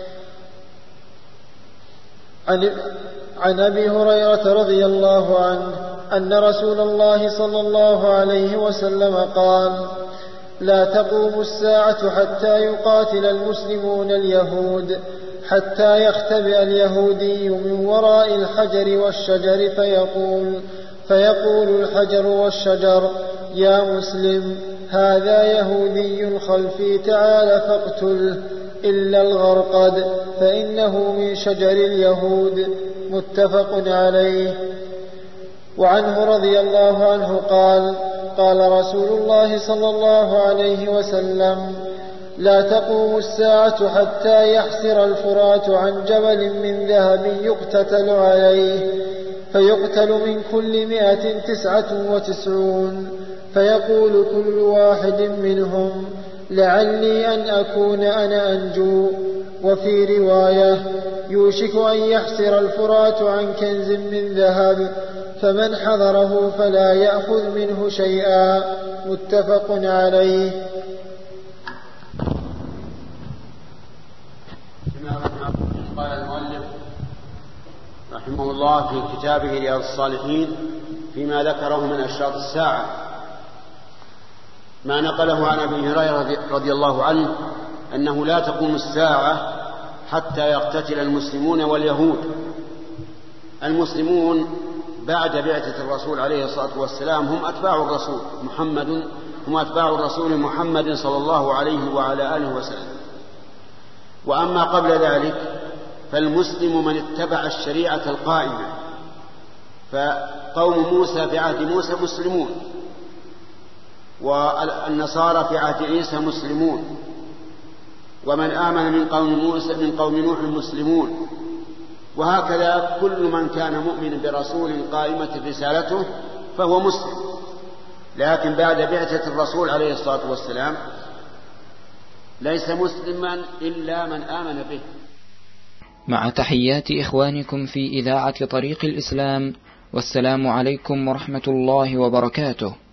عن, عن أبي هريرة رضي الله عنه أن رسول الله صلى الله عليه وسلم قال: لا تقوم الساعة حتى يقاتل المسلمون اليهود، حتى يختبئ اليهودي من وراء الحجر والشجر فيقول فيقول الحجر والشجر: يا مسلم، هذا يهودي خلفي، تعال فاقتله، إلا الغرقد فإنه من شجر اليهود. متفق عليه. وعنه رضي الله عنه قال: قال رسول الله صلى الله عليه وسلم: لا تقوم الساعة حتى يحسر الفرات عن جبل من ذهب يقتتل عليه، فيقتل من كل مئة تسعة وتسعون، فيقول كل واحد منهم: لعلي أن أكون أنا أنجو. وفي رواية: يوشك أن يحسر الفرات عن كنز من ذهب، فمن حضره فلا يأخذ منه شيئا. متفق عليه. قال المؤلف رحمه الله في كتابه رياض الصالحين فيما ذكره من أشراط الساعة ما نقله عن أبي هريرة رضي الله عنه أنه لا تقوم الساعة حتى يقتتل المسلمون واليهود. المسلمون بعد بعثة الرسول عليه الصلاة والسلام هم أتباع الرسول محمد هم أتباع الرسول محمد صلى الله عليه وعلى آله وسلم. وأما قبل ذلك فالمسلم من اتبع الشريعة القائمة، فقوم موسى في عهد موسى مسلمون، والنصارى في عهد عيسى مسلمون، ومن آمن من قوم موسى من قوم نوح مسلمون. وهكذا كل من كان مؤمنا برسول قائمة رسالته فهو مسلم. لكن بعد بعثة الرسول عليه الصلاة والسلام ليس مسلما إلا من آمن به. مع تحيات إخوانكم في إذاعة طريق الإسلام، والسلام عليكم ورحمة الله وبركاته.